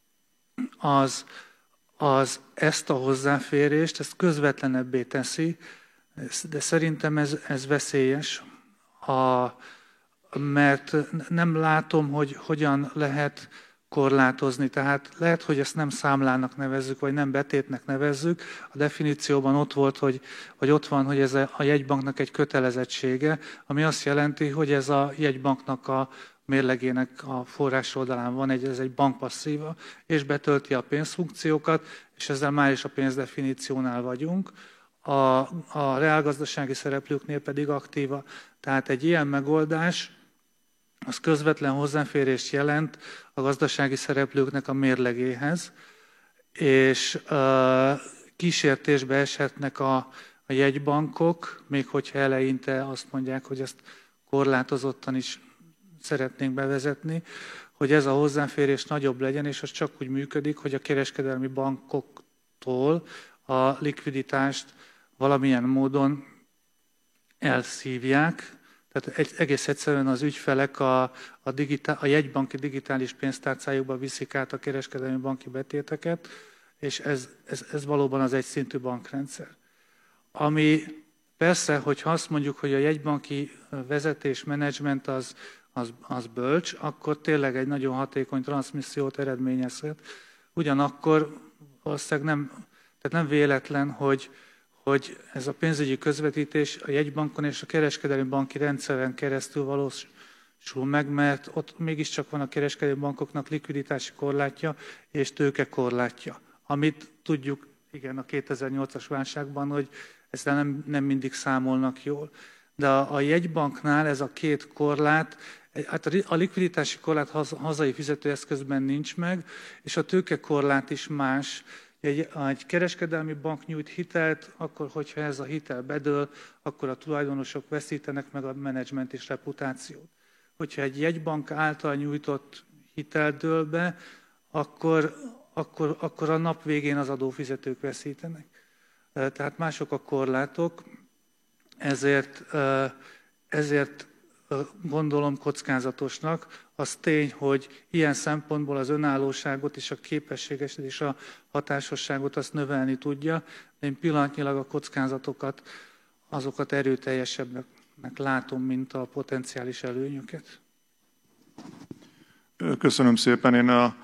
az, az ezt a hozzáférést, ezt közvetlenebbé teszi, de szerintem ez, ez veszélyes, a, mert nem látom, hogy hogyan lehet korlátozni. Tehát lehet, hogy ezt nem számlának nevezzük, vagy nem betétnek nevezzük. A definícióban ott volt, hogy, hogy ott van, hogy ez a jegybanknak egy kötelezettsége, ami azt jelenti, hogy ez a jegybanknak a mérlegének a forrás oldalán van, egy, ez egy bankpasszíva, és betölti a pénzfunkciókat, és ezzel már is a pénzdefiníciónál vagyunk. A, a reálgazdasági szereplőknél pedig aktíva. Tehát egy ilyen megoldás, az közvetlen hozzáférést jelent a gazdasági szereplőknek a mérlegéhez, és uh, kísértésbe eshetnek a, a jegybankok, még hogyha eleinte azt mondják, hogy ezt korlátozottan is szeretnénk bevezetni, hogy ez a hozzáférés nagyobb legyen, és az csak úgy működik, hogy a kereskedelmi bankoktól a likviditást valamilyen módon elszívják. Tehát egy, egész egyszerűen az ügyfelek a, a, digitál, a jegybanki digitális pénztárcájukba viszik át a kereskedelmi banki betéteket, és ez, ez, ez valóban az egyszintű bankrendszer. Ami persze, hogyha azt mondjuk, hogy a jegybanki vezetés, menedzsment az, az, az bölcs, akkor tényleg egy nagyon hatékony transzmissziót eredményezhet. Ugyanakkor valószínűleg nem, tehát nem véletlen, hogy hogy ez a pénzügyi közvetítés a jegybankon és a kereskedelmi banki rendszeren keresztül valósul meg, mert ott mégiscsak van a kereskedelmi bankoknak likviditási korlátja és tőkekorlátja, amit tudjuk, igen, a kétezer-nyolcas válságban, hogy ezzel nem, nem mindig számolnak jól. De a, a jegybanknál ez a két korlát, hát a likviditási korlát hazai fizetőeszközben nincs meg, és a tőkekorlát is más. Egy, egy kereskedelmi bank nyújt hitelt, akkor, hogyha ez a hitel bedől, akkor a tulajdonosok veszítenek meg a menedzsment és reputációt. Hogyha egy jegybank által nyújtott hitel dől be, akkor, akkor, akkor a nap végén az adófizetők veszítenek. Tehát mások a korlátok, ezért, ezért gondolom kockázatosnak. Az tény, hogy ilyen szempontból az önállóságot és a képességet és a hatásosságot azt növelni tudja, de én pillanatnyilag a kockázatokat, azokat erőteljesebbnek látom, mint a potenciális előnyöket. Köszönöm szépen. Én a,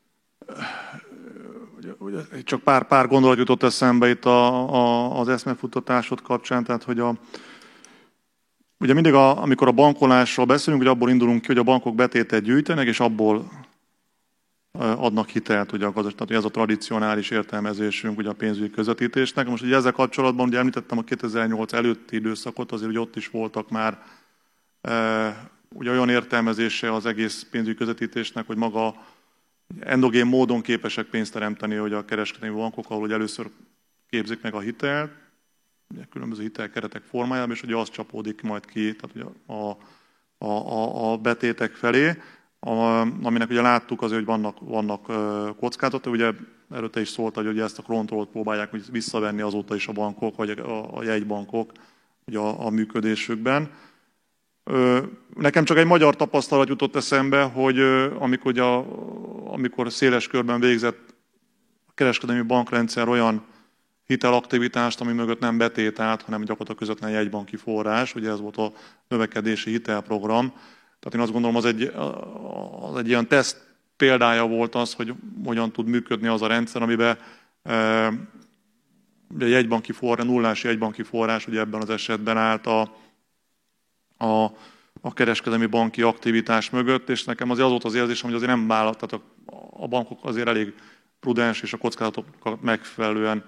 csak pár, pár gondolat jutott eszembe itt a, a, az eszmefuttatásod kapcsán, tehát hogy a ugye mindig, a, amikor a bankolásról beszélünk, hogy abból indulunk ki, hogy a bankok betétet gyűjtenek, és abból adnak hitelt ugye a gazdaságnak. Tehát ez a tradicionális értelmezésünk ugye a pénzügyi közvetítésnek. Most ugye ezzel kapcsolatban ugye említettem a kétezer-nyolc előtti időszakot, azért ugye ott is voltak már e, ugye olyan értelmezése az egész pénzügyi közvetítésnek, hogy maga endogén módon képesek pénzt teremteni, hogy a kereskedelmi bankok, ahol ugye először képzik meg a hitelt, ugye különböző hitelkeretek formájában, és ugye az csapódik majd ki, tehát ugye a, a, a, a betétek felé, a, aminek ugye láttuk azért, hogy vannak, vannak kockázatok, ugye erről te is szóltál, hogy ugye ezt a kontrollt próbálják visszavenni azóta is a bankok, vagy a, a jegybankok ugye a, a működésükben. Nekem csak egy magyar tapasztalat jutott eszembe, hogy amikor, ugye a, amikor széles körben végzett a kereskedelmi bankrendszer olyan hitelaktivitást, ami mögött nem betét állt, hanem gyakorlatilag közvetlen jegybanki forrás, ugye ez volt a növekedési hitelprogram. Tehát én azt gondolom, az egy, az egy ilyen teszt példája volt az, hogy hogyan tud működni az a rendszer, amiben e, ugye jegybanki forrás, nullás jegybanki forrás, ugye ebben az esetben állt a, a, a kereskedelmi banki aktivitás mögött, és nekem azért az volt az érzésem, hogy azért nem vállalt, tehát a, a bankok azért elég prudens és a kockázatokat megfelelően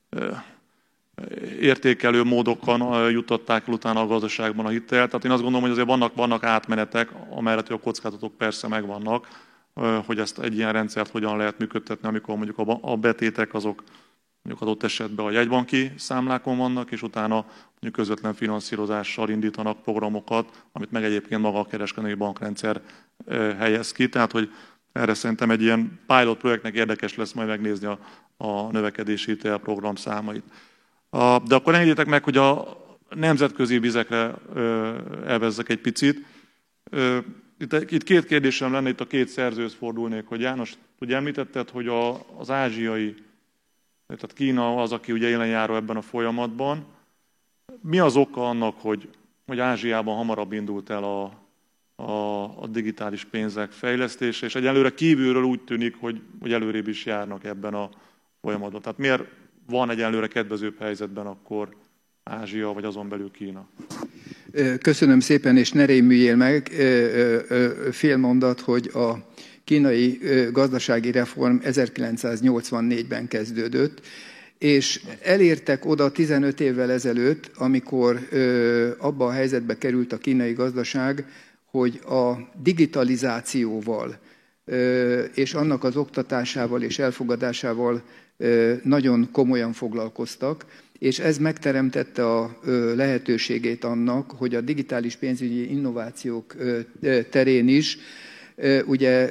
értékelő módokon juttatták el utána a gazdaságban a hitelt. Tehát én azt gondolom, hogy azért vannak, vannak átmenetek, amellett, hogy a kockázatok persze megvannak, hogy ezt egy ilyen rendszert hogyan lehet működtetni, amikor mondjuk a betétek azok mondjuk adott esetben a jegybanki számlákon vannak, és utána mondjuk közvetlen finanszírozással indítanak programokat, amit meg egyébként maga a kereskedelmi bankrendszer helyez ki. Tehát, hogy erre szerintem egy ilyen pilot projektnek érdekes lesz majd megnézni a, a növekedési hitelprogram számait. A, de akkor engedjétek meg, hogy a nemzetközi vizekre ö, elvezzek egy picit. Ö, itt, itt két kérdésem lenne, itt a két szerzőhöz fordulnék, hogy János, ugye említetted, hogy a, az ázsiai, tehát Kína az, aki ugye élenjáró ebben a folyamatban. Mi az oka annak, hogy, hogy Ázsiában hamarabb indult el a A, a digitális pénzek fejlesztése, és egyelőre kívülről úgy tűnik, hogy, hogy előrébb is járnak ebben a folyamatban. Tehát miért van egyelőre kedvezőbb helyzetben akkor Ázsia, vagy azon belül Kína? Köszönöm szépen, és ne rémüljél meg, fél mondat, hogy a kínai gazdasági reform ezerkilencszáznyolcvannégyben kezdődött, és elértek oda tizenöt évvel ezelőtt, amikor abba a helyzetbe került a kínai gazdaság, hogy a digitalizációval és annak az oktatásával és elfogadásával nagyon komolyan foglalkoztak, és ez megteremtette a lehetőségét annak, hogy a digitális pénzügyi innovációk terén is ugye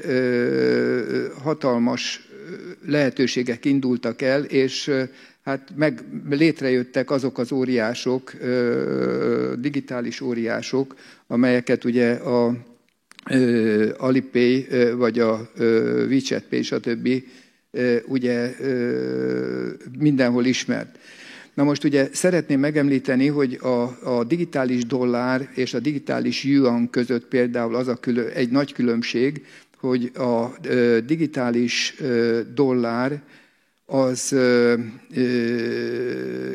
hatalmas lehetőségek indultak el, és hát meg létrejöttek azok az óriások, digitális óriások, amelyeket ugye a Alipay vagy a WeChat Pay, stb. Ugye mindenhol ismert. Na most ugye szeretném megemlíteni, hogy a, a digitális dollár és a digitális yuan között például az a külön, egy nagy különbség, hogy a digitális dollár az ö, ö,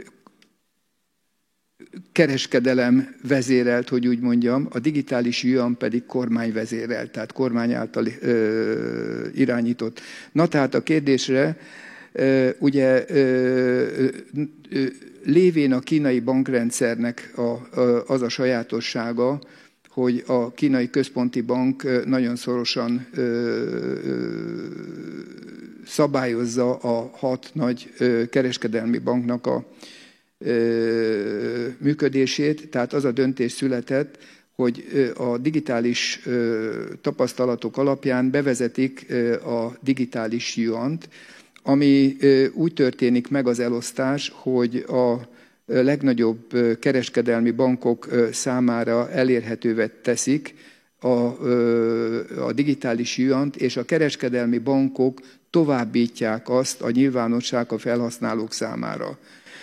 kereskedelem vezérelt, hogy úgy mondjam, a digitális yuan pedig kormány vezérelt, tehát kormány által ö, irányított. Na tehát a kérdésre, ö, ugye ö, ö, lévén a kínai bankrendszernek a, a, az a sajátossága, hogy a kínai központi bank nagyon szorosan ö, ö, szabályozza a hat nagy ö, kereskedelmi banknak a ö, működését. Tehát az a döntés született, hogy a digitális ö, tapasztalatok alapján bevezetik ö, a digitális yuant, ami ö, úgy történik meg az elosztás, hogy a legnagyobb kereskedelmi bankok számára elérhetővé teszik a, a digitális juant, és a kereskedelmi bankok továbbítják azt a nyilvánosság a felhasználók számára.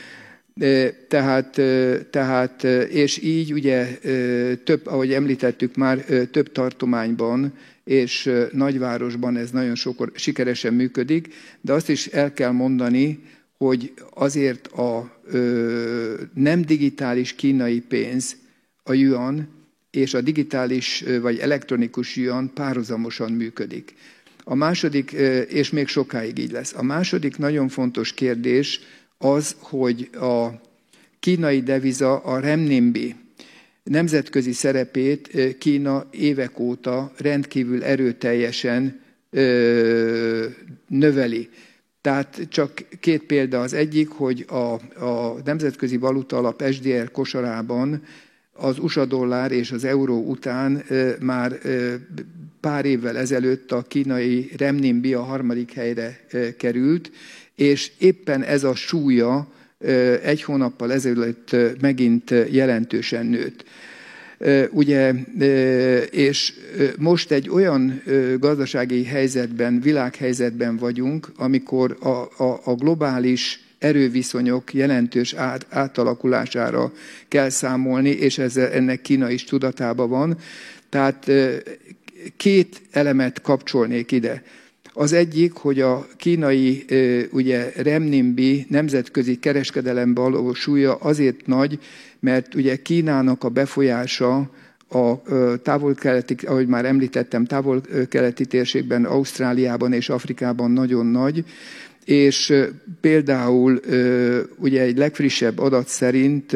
Tehát, tehát, és így ugye több, ahogy említettük már, több tartományban és nagyvárosban ez nagyon sokor, sikeresen működik, de azt is el kell mondani, hogy azért a ö, nem digitális kínai pénz, a yuan, és a digitális vagy elektronikus yuan párhuzamosan működik. A második, és még sokáig így lesz. A második nagyon fontos kérdés az, hogy a kínai deviza, a renminbi nemzetközi szerepét Kína évek óta rendkívül erőteljesen ö, növeli. Tehát csak két példa. Az egyik, hogy a, a Nemzetközi Valuta Alap es dé er kosarában az u es á dollár és az euró után ö, már ö, pár évvel ezelőtt a kínai renminbi a harmadik helyre ö, került, és éppen ez a súlya ö, egy hónappal ezelőtt ö, megint jelentősen nőtt. Ugye, és most egy olyan gazdasági helyzetben, világhelyzetben vagyunk, amikor a, a, a globális erőviszonyok jelentős át, átalakulására kell számolni, és ez, ennek Kína is tudatában van. Tehát két elemet kapcsolnék ide. Az egyik, hogy a kínai ugye, renminbi nemzetközi kereskedelemben való súlya azért nagy, mert ugye Kínának a befolyása a távol-keleti, ahogy már említettem, távol-keleti térségben, Ausztráliában és Afrikában nagyon nagy, és például ugye egy legfrissebb adat szerint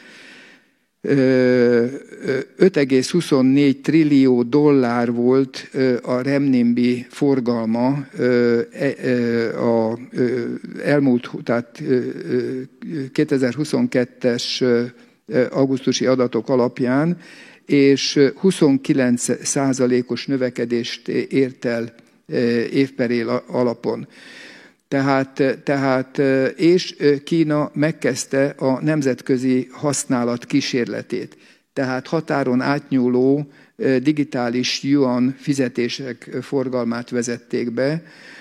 öt egész huszonnégy trillió dollár volt a renminbi forgalma a elmúlt, tehát kétezer-huszonkettes augusztusi adatok alapján, és huszonkilenc százalékos növekedést ért el év per év alapon. Tehát, tehát, és Kína megkezdte a nemzetközi használat kísérletét. Tehát határon átnyúló digitális yuan fizetések forgalmát vezették be.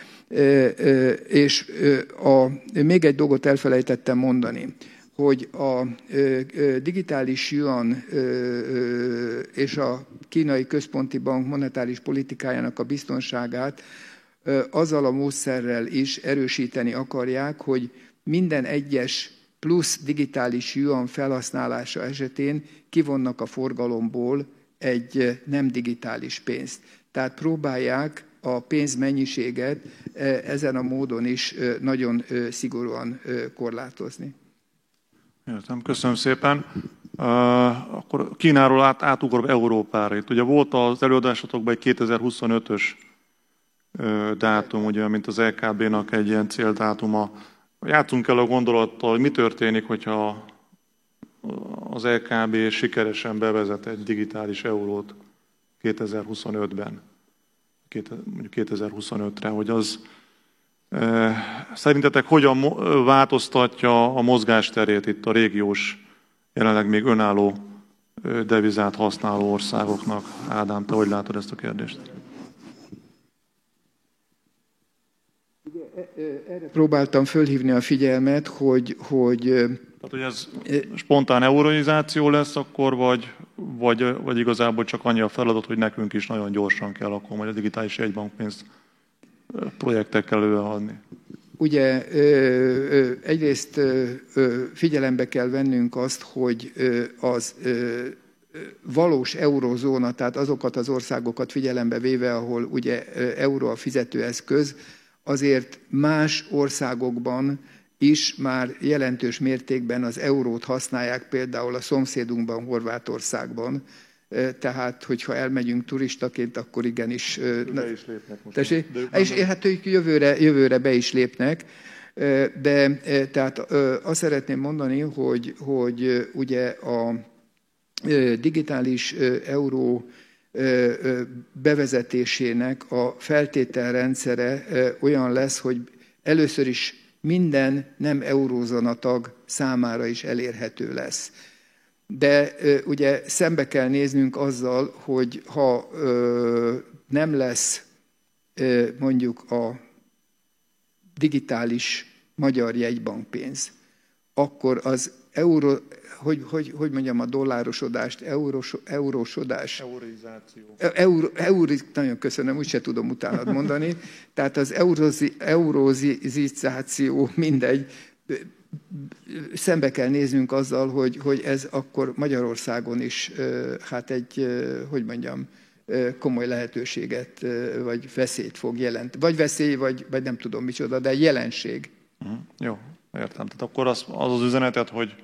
És a, még egy dolgot elfelejtettem mondani, hogy a digitális yuan és a kínai központi bank monetáris politikájának a biztonságát azzal a módszerrel is erősíteni akarják, hogy minden egyes plusz digitális yuan felhasználása esetén kivonnak a forgalomból egy nem digitális pénzt. Tehát próbálják a pénzmennyiséget ezen a módon is nagyon szigorúan korlátozni. Értem, köszönöm szépen. Uh, akkor Kínáról át, átugrok Európára. Itt ugye volt az előadásotokban egy kétezer-huszonötös dátum, ugye, mint az é ká bé-nak egy ilyen céldátuma. Játszunk el a gondolattal, hogy mi történik, hogyha az é ká bé sikeresen bevezet egy digitális eurót kétezer-huszonötben, mondjuk kétezer-huszonötre, hogy az e, szerintetek hogyan változtatja a mozgásterét itt a régiós, jelenleg még önálló devizát használó országoknak? Ádám, te hogy látod ezt a kérdést? Erre próbáltam fölhívni a figyelmet, hogy... hogy Tehát, hogy ez spontán euronizáció lesz akkor, vagy, vagy, vagy igazából csak annyi a feladat, hogy nekünk is nagyon gyorsan kell akkor majd a digitális jegybankpénzt projektekkel előadni? Ugye egyrészt figyelembe kell vennünk azt, hogy az valós eurózóna, tehát azokat az országokat figyelembe véve, ahol ugye euró a fizetőeszköz, azért más országokban is már jelentős mértékben az eurót használják, például a szomszédunkban, Horvátországban. Tehát, hogyha elmegyünk turistaként, akkor igenis... Be is lépnek most. Tessék? És hát ők jövőre, jövőre be is lépnek. De tehát azt szeretném mondani, hogy, hogy ugye a digitális euró bevezetésének a feltételrendszere olyan lesz, hogy először is minden nem eurózóna tag számára is elérhető lesz. De ugye szembe kell néznünk azzal, hogy ha nem lesz mondjuk a digitális magyar jegybankpénz, akkor az euró, hogy, hogy, hogy mondjam a dollárosodást, eurós, eurósodás. Eurizáció. Euró, euri, nagyon köszönöm, úgyse tudom utánad mondani. Tehát az eurozi, eurozizáció, mindegy, szembe kell néznünk azzal, hogy, hogy ez akkor Magyarországon is hát egy, hogy mondjam, komoly lehetőséget, vagy veszélyt fog jelenteni. Vagy veszély, vagy, vagy nem tudom micsoda, de jelenség. Mm, jó, értem. Tehát akkor az az, az üzenetet, hogy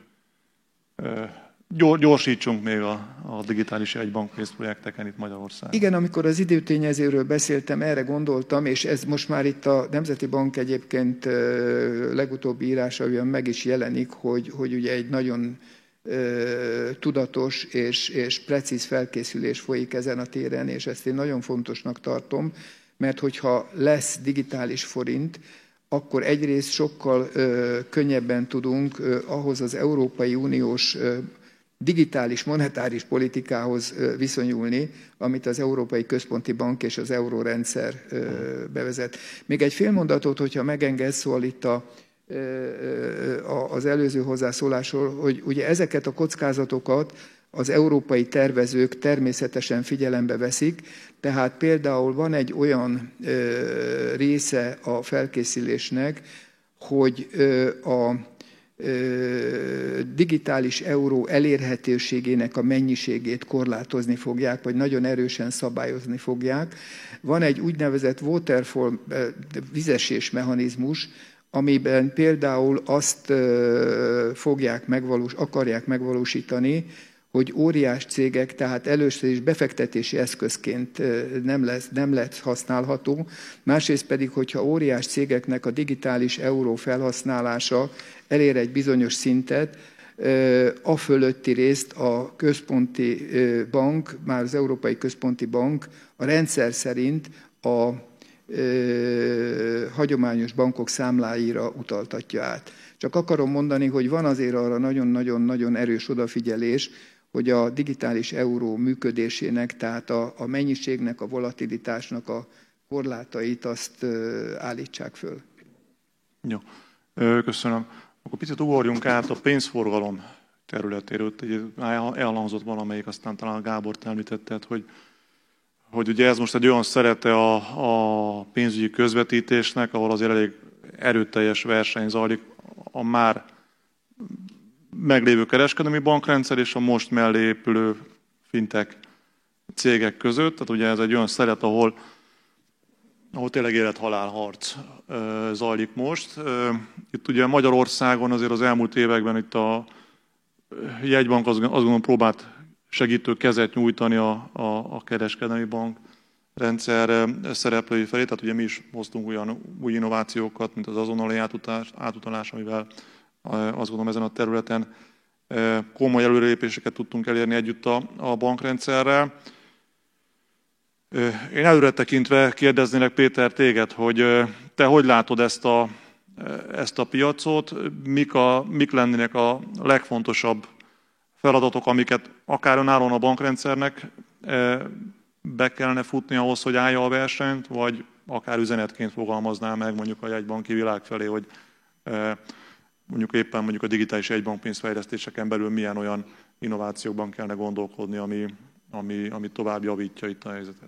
gyorsítsunk még a, a digitális jegybankpénz projekteken itt Magyarországon. Igen, amikor az időtényezőről beszéltem, erre gondoltam, és ez most már itt a Nemzeti Bank egyébként legutóbbi írásaiban meg is jelenik, hogy, hogy ugye egy nagyon tudatos és, és precíz felkészülés folyik ezen a téren, és ezt én nagyon fontosnak tartom, mert hogyha lesz digitális forint, akkor egyrészt sokkal ö, könnyebben tudunk ö, ahhoz az Európai Uniós ö, digitális monetáris politikához ö, viszonyulni, amit az Európai Központi Bank és az eurórendszer ö, bevezet. Még egy fél mondatot, hogyha megengedsz, szóval itt a, ö, a, az előző hozzászólásról, hogy ugye ezeket a kockázatokat az európai tervezők természetesen figyelembe veszik, tehát például van egy olyan ö, része a felkészülésnek, hogy ö, a ö, digitális euró elérhetőségének a mennyiségét korlátozni fogják, vagy nagyon erősen szabályozni fogják. Van egy úgynevezett waterfall ö, vizesés mechanizmus, amiben például azt ö, fogják megvalós, akarják megvalósítani, hogy óriás cégek, tehát először is befektetési eszközként nem lesz, nem lesz használható, másrészt pedig, hogyha óriás cégeknek a digitális euró felhasználása elér egy bizonyos szintet, a fölötti részt a központi bank, már az Európai Központi Bank a rendszer szerint a hagyományos bankok számláira utaltatja át. Csak akarom mondani, hogy van azért arra nagyon-nagyon-nagyon erős odafigyelés, hogy a digitális euró működésének, tehát a, a mennyiségnek, a volatilitásnak a korlátait azt ö, állítsák föl. Jó, köszönöm. Akkor picit ugorjunk át a pénzforgalom területéről. Elhangzott valamelyik, aztán talán Gábor említetted, hogy, hogy ugye ez most egy olyan szerete a, a pénzügyi közvetítésnek, ahol azért elég erőteljes verseny zajlik a már meglévő kereskedelmi bankrendszer és a most mellé épülő fintech cégek között. Tehát ugye ez egy olyan szeret, ahol, ahol tényleg élet-halál harc zajlik most. Itt ugye Magyarországon azért az elmúlt években itt a jegybank azt gondolom próbált segítő kezet nyújtani a, a, a kereskedelmi bank rendszer szereplői felé. Tehát ugye mi is hoztunk olyan új innovációkat, mint az azonnali átutalás, átutalás amivel azt gondolom ezen a területen komoly előrelépéseket tudtunk elérni együtt a, a bankrendszerrel. Én előre tekintve kérdeznélek, Péter, téged, hogy te hogy látod ezt a, ezt a piacot, mik, a, mik lennének a legfontosabb feladatok, amiket akár önállóan a bankrendszernek be kellene futni ahhoz, hogy állja a versenyt, vagy akár üzenetként fogalmaznál meg mondjuk a jegybanki világ felé, hogy mondjuk éppen mondjuk a digitális jegybankpénzfejlesztéseken belül milyen olyan innovációkban kellene gondolkodni, ami, ami, ami tovább javítja itt a helyzetet.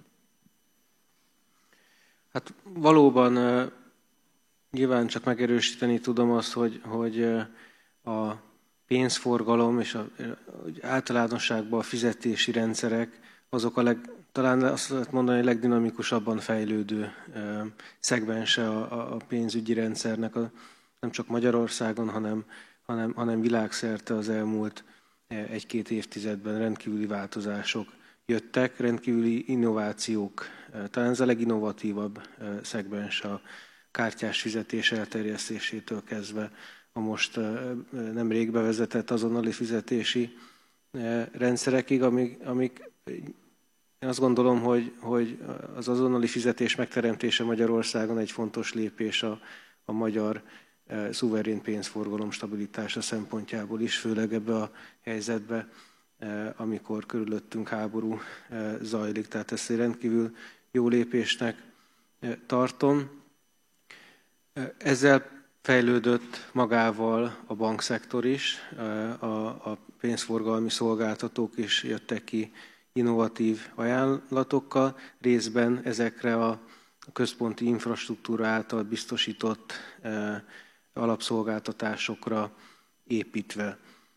Hát valóban nyilván csak megerősíteni tudom azt, hogy, hogy a pénzforgalom és a, általánosságban a fizetési rendszerek azok a leg, talán azt lehet mondani, hogy legdinamikusabban fejlődő szegmense a, a pénzügyi rendszernek, a, nem csak Magyarországon, hanem, hanem, hanem világszerte az elmúlt egy-két évtizedben rendkívüli változások jöttek, rendkívüli innovációk. Talán ez a leginnovatívabb szegmens a kártyás fizetés elterjesztésétől kezdve a most nemrég bevezetett azonnali fizetési rendszerekig, amik, amik én azt gondolom, hogy, hogy az azonnali fizetés megteremtése Magyarországon egy fontos lépés a, a magyar szuverén pénzforgalom stabilitása szempontjából is, főleg ebbe a helyzetbe, amikor körülöttünk háború zajlik. Tehát ezt egy rendkívül jó lépésnek tartom. Ezzel fejlődött magával a bankszektor is, a, a pénzforgalmi szolgáltatók is jöttek ki innovatív ajánlatokkal, részben ezekre a központi infrastruktúra által biztosított alapszolgáltatásokra építve.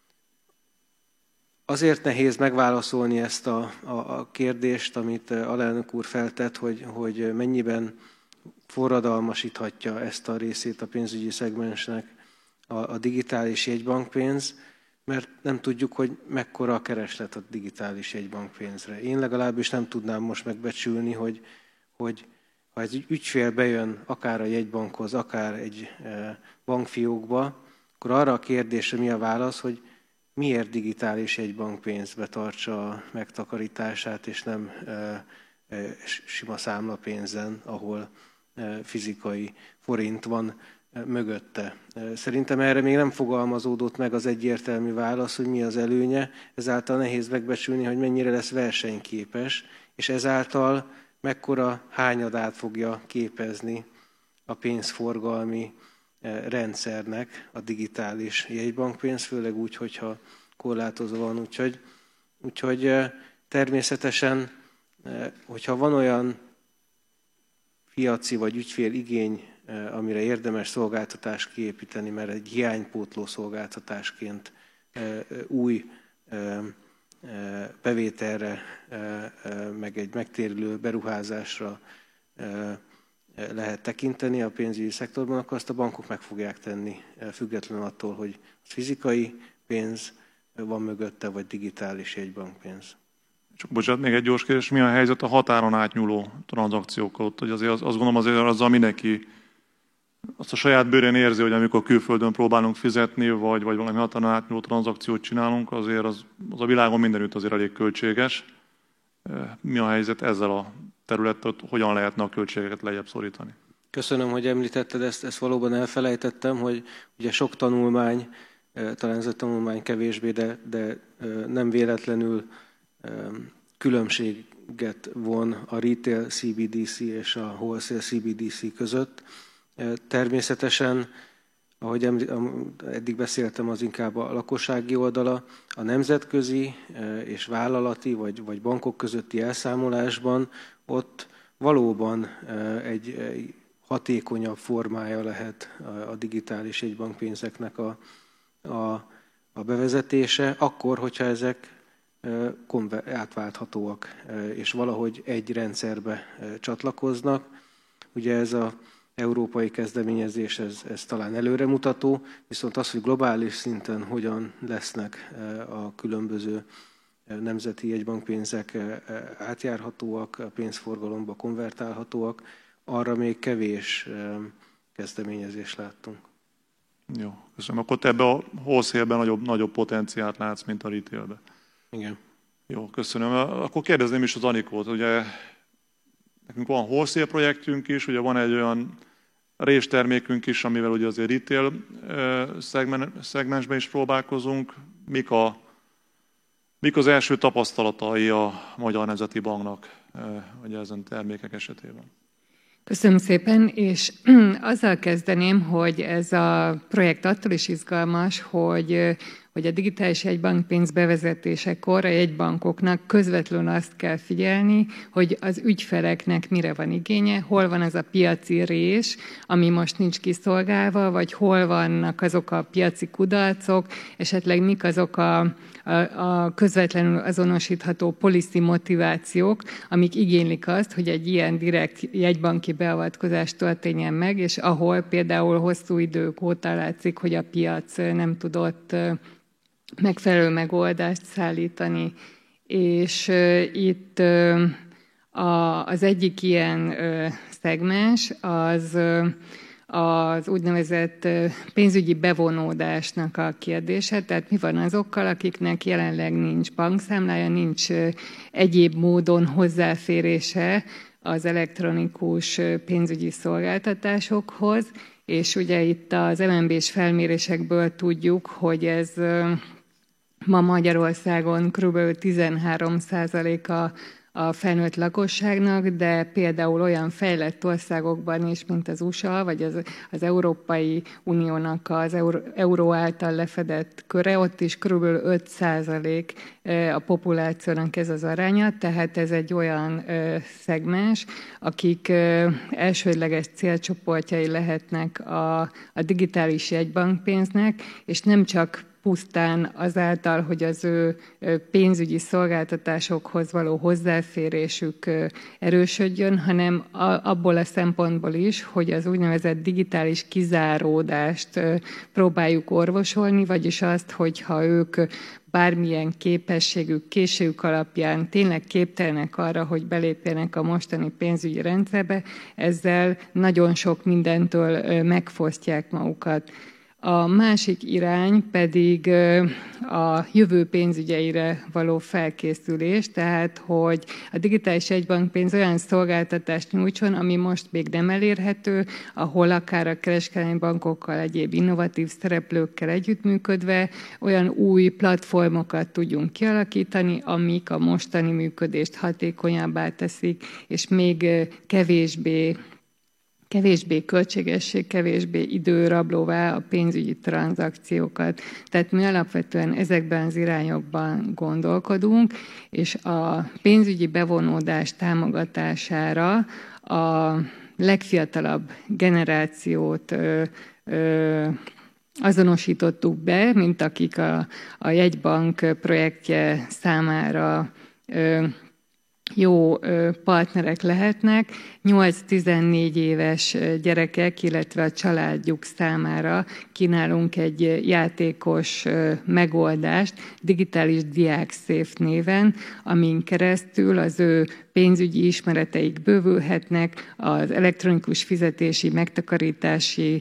Azért nehéz megválaszolni ezt a, a, a kérdést, amit alelnök úr feltett, hogy, hogy mennyiben forradalmasíthatja ezt a részét a pénzügyi szegmensnek a, a digitális jegybankpénz, mert nem tudjuk, hogy mekkora a kereslet a digitális jegybankpénzre. Én legalábbis nem tudnám most megbecsülni, hogy, hogy ha egy ügyfél bejön akár a jegybankhoz, akár egy bankfiókba, akkor arra a kérdésre mi a válasz, hogy miért digitális jegybankpénzbe tartsa a megtakarítását, és nem sima számlapénzen, ahol fizikai forint van mögötte. Szerintem erre még nem fogalmazódott meg az egyértelmű válasz, hogy mi az előnye, ezáltal nehéz megbecsülni, hogy mennyire lesz versenyképes, és ezáltal mekkora hányadát fogja képezni a pénzforgalmi rendszernek a digitális jegybankpénz, főleg úgy, hogyha korlátozva van. Úgyhogy, úgyhogy természetesen, hogyha van olyan piaci vagy ügyfél igény, amire érdemes szolgáltatást kiépíteni, mert egy hiánypótló szolgáltatásként új bevételre, meg egy megtérülő beruházásra lehet tekinteni a pénzügyi szektorban, akkor azt a bankok meg fogják tenni, függetlenül attól, hogy fizikai pénz van mögötte, vagy digitális jegybankpénz. Csak bocsánat, még egy gyors kérdés, mi a helyzet a határon átnyúló tranzakciókkal? Ott, hogy azért azt gondolom, azért azzal mindenki azt a saját bőrén érzi, hogy amikor külföldön próbálunk fizetni, vagy, vagy valami határon átnyúló tranzakciót csinálunk, azért az, az a világon mindenütt azért elég költséges. Mi a helyzet ezzel a területtel, hogyan lehetne a költségeket lejjebb szorítani? Köszönöm, hogy említetted ezt, ezt valóban elfelejtettem, hogy ugye sok tanulmány, talán ez a tanulmány kevésbé, de, de nem véletlenül különbséget von a retail C B D C és a wholesale C B D C között. Természetesen, ahogy eddig beszéltem, az inkább a lakossági oldala, a nemzetközi és vállalati vagy, vagy bankok közötti elszámolásban ott valóban egy hatékonyabb formája lehet a digitális jegybankpénzeknek a, a, a bevezetése, akkor, hogyha ezek átválthatóak, és valahogy egy rendszerbe csatlakoznak. Ugye ez az európai kezdeményezés, ez, ez talán előremutató, viszont az, hogy globális szinten hogyan lesznek a különböző nemzeti jegybankpénzek átjárhatóak, a pénzforgalomba konvertálhatóak, arra még kevés kezdeményezést láttunk. Jó, köszönöm. Akkor te ebbe a wholesale-ben nagyobb, nagyobb potenciált látsz, mint a retailben. Igen. Jó, köszönöm. Akkor kérdezném is az Anikót. Ugye nekünk van wholesale projektünk is, ugye van egy olyan réstermékünk is, amivel ugye azért retail szegmensben is próbálkozunk. Mik, a, mik az első tapasztalatai a Magyar Nemzeti Banknak ugye ezen termékek esetében? Köszönöm szépen, és azzal kezdeném, hogy ez a projekt attól is izgalmas, hogy, hogy a digitális jegybankpénz bevezetésekor a jegybankoknak közvetlenül azt kell figyelni, hogy az ügyfeleknek mire van igénye, hol van az a piaci rés, ami most nincs kiszolgálva, vagy hol vannak azok a piaci kudarcok, esetleg mik azok a, a, a közvetlenül azonosítható policy motivációk, amik igénylik azt, hogy egy ilyen direkt jegybanki beavatkozás történjen meg, és ahol például hosszú idők óta látszik, hogy a piac nem tudott megfelelő megoldást szállítani. És itt az egyik ilyen szegmens az az úgynevezett pénzügyi bevonódásnak a kérdése, tehát mi van azokkal, akiknek jelenleg nincs bankszámlája, nincs egyéb módon hozzáférése az elektronikus pénzügyi szolgáltatásokhoz, és ugye itt az em en bé-s felmérésekből tudjuk, hogy ez ma Magyarországon kb. tizenhárom százaléka a felnőtt lakosságnak, de például olyan fejlett országokban is, mint az u es á, vagy az, az Európai Uniónak az euró, euró által lefedett köre, ott is kb. öt százalék a populációnak ez az aránya, tehát ez egy olyan szegmens, akik elsődleges célcsoportjai lehetnek a, a digitális jegybankpénznek, és nem csak pusztán azáltal, hogy az ő pénzügyi szolgáltatásokhoz való hozzáférésük erősödjön, hanem abból a szempontból is, hogy az úgynevezett digitális kizáródást próbáljuk orvosolni, vagyis azt, hogyha ők bármilyen képességük, készségük alapján tényleg képtelenek arra, hogy belépjenek a mostani pénzügyi rendszerbe, ezzel nagyon sok mindentől megfosztják magukat. A másik irány pedig a jövő pénzügyeire való felkészülés, tehát hogy a digitális jegybankpénz olyan szolgáltatást nyújtson, ami most még nem elérhető, ahol akár a kereskedelmi bankokkal, egyéb innovatív szereplőkkel együttműködve olyan új platformokat tudjunk kialakítani, amik a mostani működést hatékonyabbá teszik, és még kevésbé kevésbé költségesség, kevésbé időrablóvá a pénzügyi tranzakciókat. Tehát mi alapvetően ezekben az irányokban gondolkodunk, és a pénzügyi bevonódás támogatására a legfiatalabb generációt ö, ö, azonosítottuk be, mint akik a, a jegybank projektje számára ö, jó partnerek lehetnek, nyolc-tizennégy éves gyerekek, illetve a családjuk számára kínálunk egy játékos megoldást, digitális diákszéf néven, amin keresztül az ő pénzügyi ismereteik bővülhetnek, az elektronikus fizetési, megtakarítási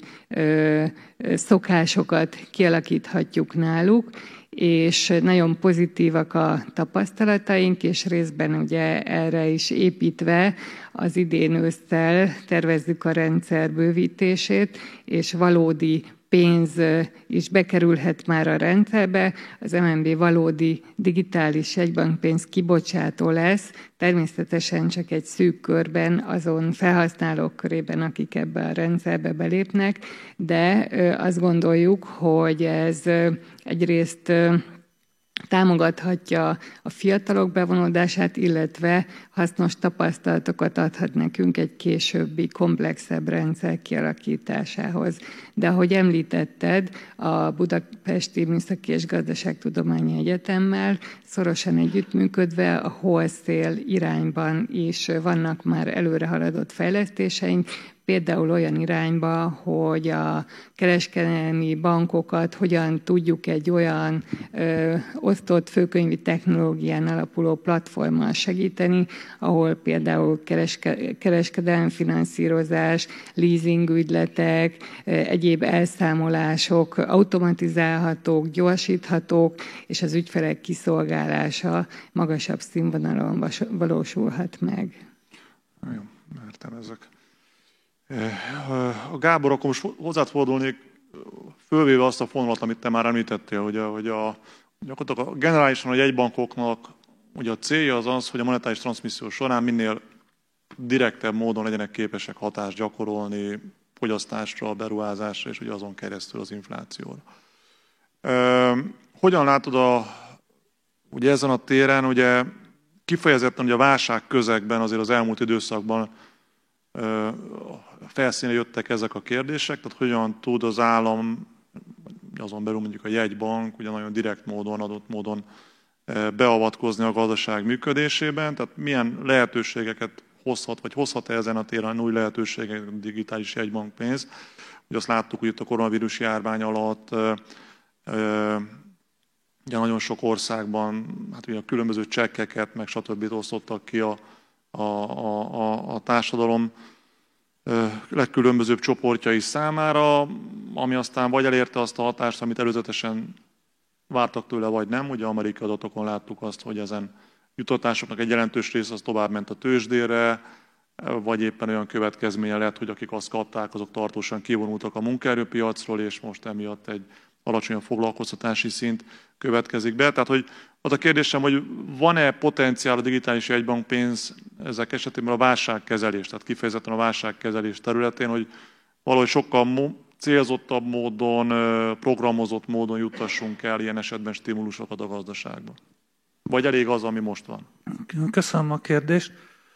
szokásokat kialakíthatjuk náluk, és nagyon pozitívak a tapasztalataink, és részben ugye erre is építve az idén ősszel tervezzük a rendszer bővítését, és valódi pénz is bekerülhet már a rendszerbe, az em en bé valódi digitális jegybankpénz kibocsátó lesz, természetesen csak egy szűk körben azon felhasználók körében, akik ebbe a rendszerbe belépnek, de azt gondoljuk, hogy ez egyrészt támogathatja a fiatalok bevonódását, illetve hasznos tapasztalatokat adhat nekünk egy későbbi komplexebb rendszer kialakításához. De ahogy említetted, a Budapesti Műszaki és Gazdaságtudományi Egyetemmel szorosan együttműködve a wholesale irányban is vannak már előre haladott fejlesztéseink, például olyan irányba, hogy a kereskedelmi bankokat hogyan tudjuk egy olyan ö, osztott főkönyvi technológián alapuló platformmal segíteni, ahol például kereske, kereskedelmi finanszírozás, leasing ügyletek, egyéb elszámolások automatizálhatók, gyorsíthatók, és az ügyfelek kiszolgálása magasabb színvonalon valósulhat meg. Jó, értem ezek. A Gábor, akkor most hozzád fordulnék, fölvéve azt a fonalat, amit te már említettél, hogy a, hogy a, gyakorlatilag a generálisan a jegybankoknak ugye a célja az az, hogy a monetáris transzmisszió során minél direktebb módon legyenek képesek hatást gyakorolni fogyasztásra, beruházásra, és ugye azon keresztül az inflációra. Hogyan látod a, ugye ezen a téren, ugye kifejezetten ugye a válság közegben azért az elmúlt időszakban felszínre jöttek ezek a kérdések, tehát hogyan tud az állam, azon belül mondjuk a jegybank, ugye nagyon direkt módon, adott módon beavatkozni a gazdaság működésében, tehát milyen lehetőségeket hozhat, vagy hozhat-e ezen a téren új lehetőségek, digitális jegybankpénz. Ugye azt láttuk, hogy itt a koronavírus járvány alatt ugye nagyon sok országban hát ugye a különböző csekkeket, meg stb. Osztottak ki a, a, a, a társadalom legkülönbözőbb csoportjai számára, ami aztán vagy elérte azt a hatást, amit előzetesen vártak tőle, vagy nem. Ugye amerikai adatokon láttuk azt, hogy ezen juttatásoknak egy jelentős része az tovább ment a tőzsdére, vagy éppen olyan következménye lett, hogy akik azt kapták, azok tartósan kivonultak a munkaerőpiacról, és most emiatt egy alacsonyabb foglalkoztatási szint következik be. Tehát, hogy az a kérdésem, hogy van-e potenciál a digitális jegybankpénz ezek esetében a válságkezelés, tehát kifejezetten a válságkezelés területén, hogy valahogy sokkal célzottabb módon, programozott módon juttassunk el ilyen esetben stimulusokat a gazdaságba? Vagy elég az, ami most van? Köszönöm a kérdést.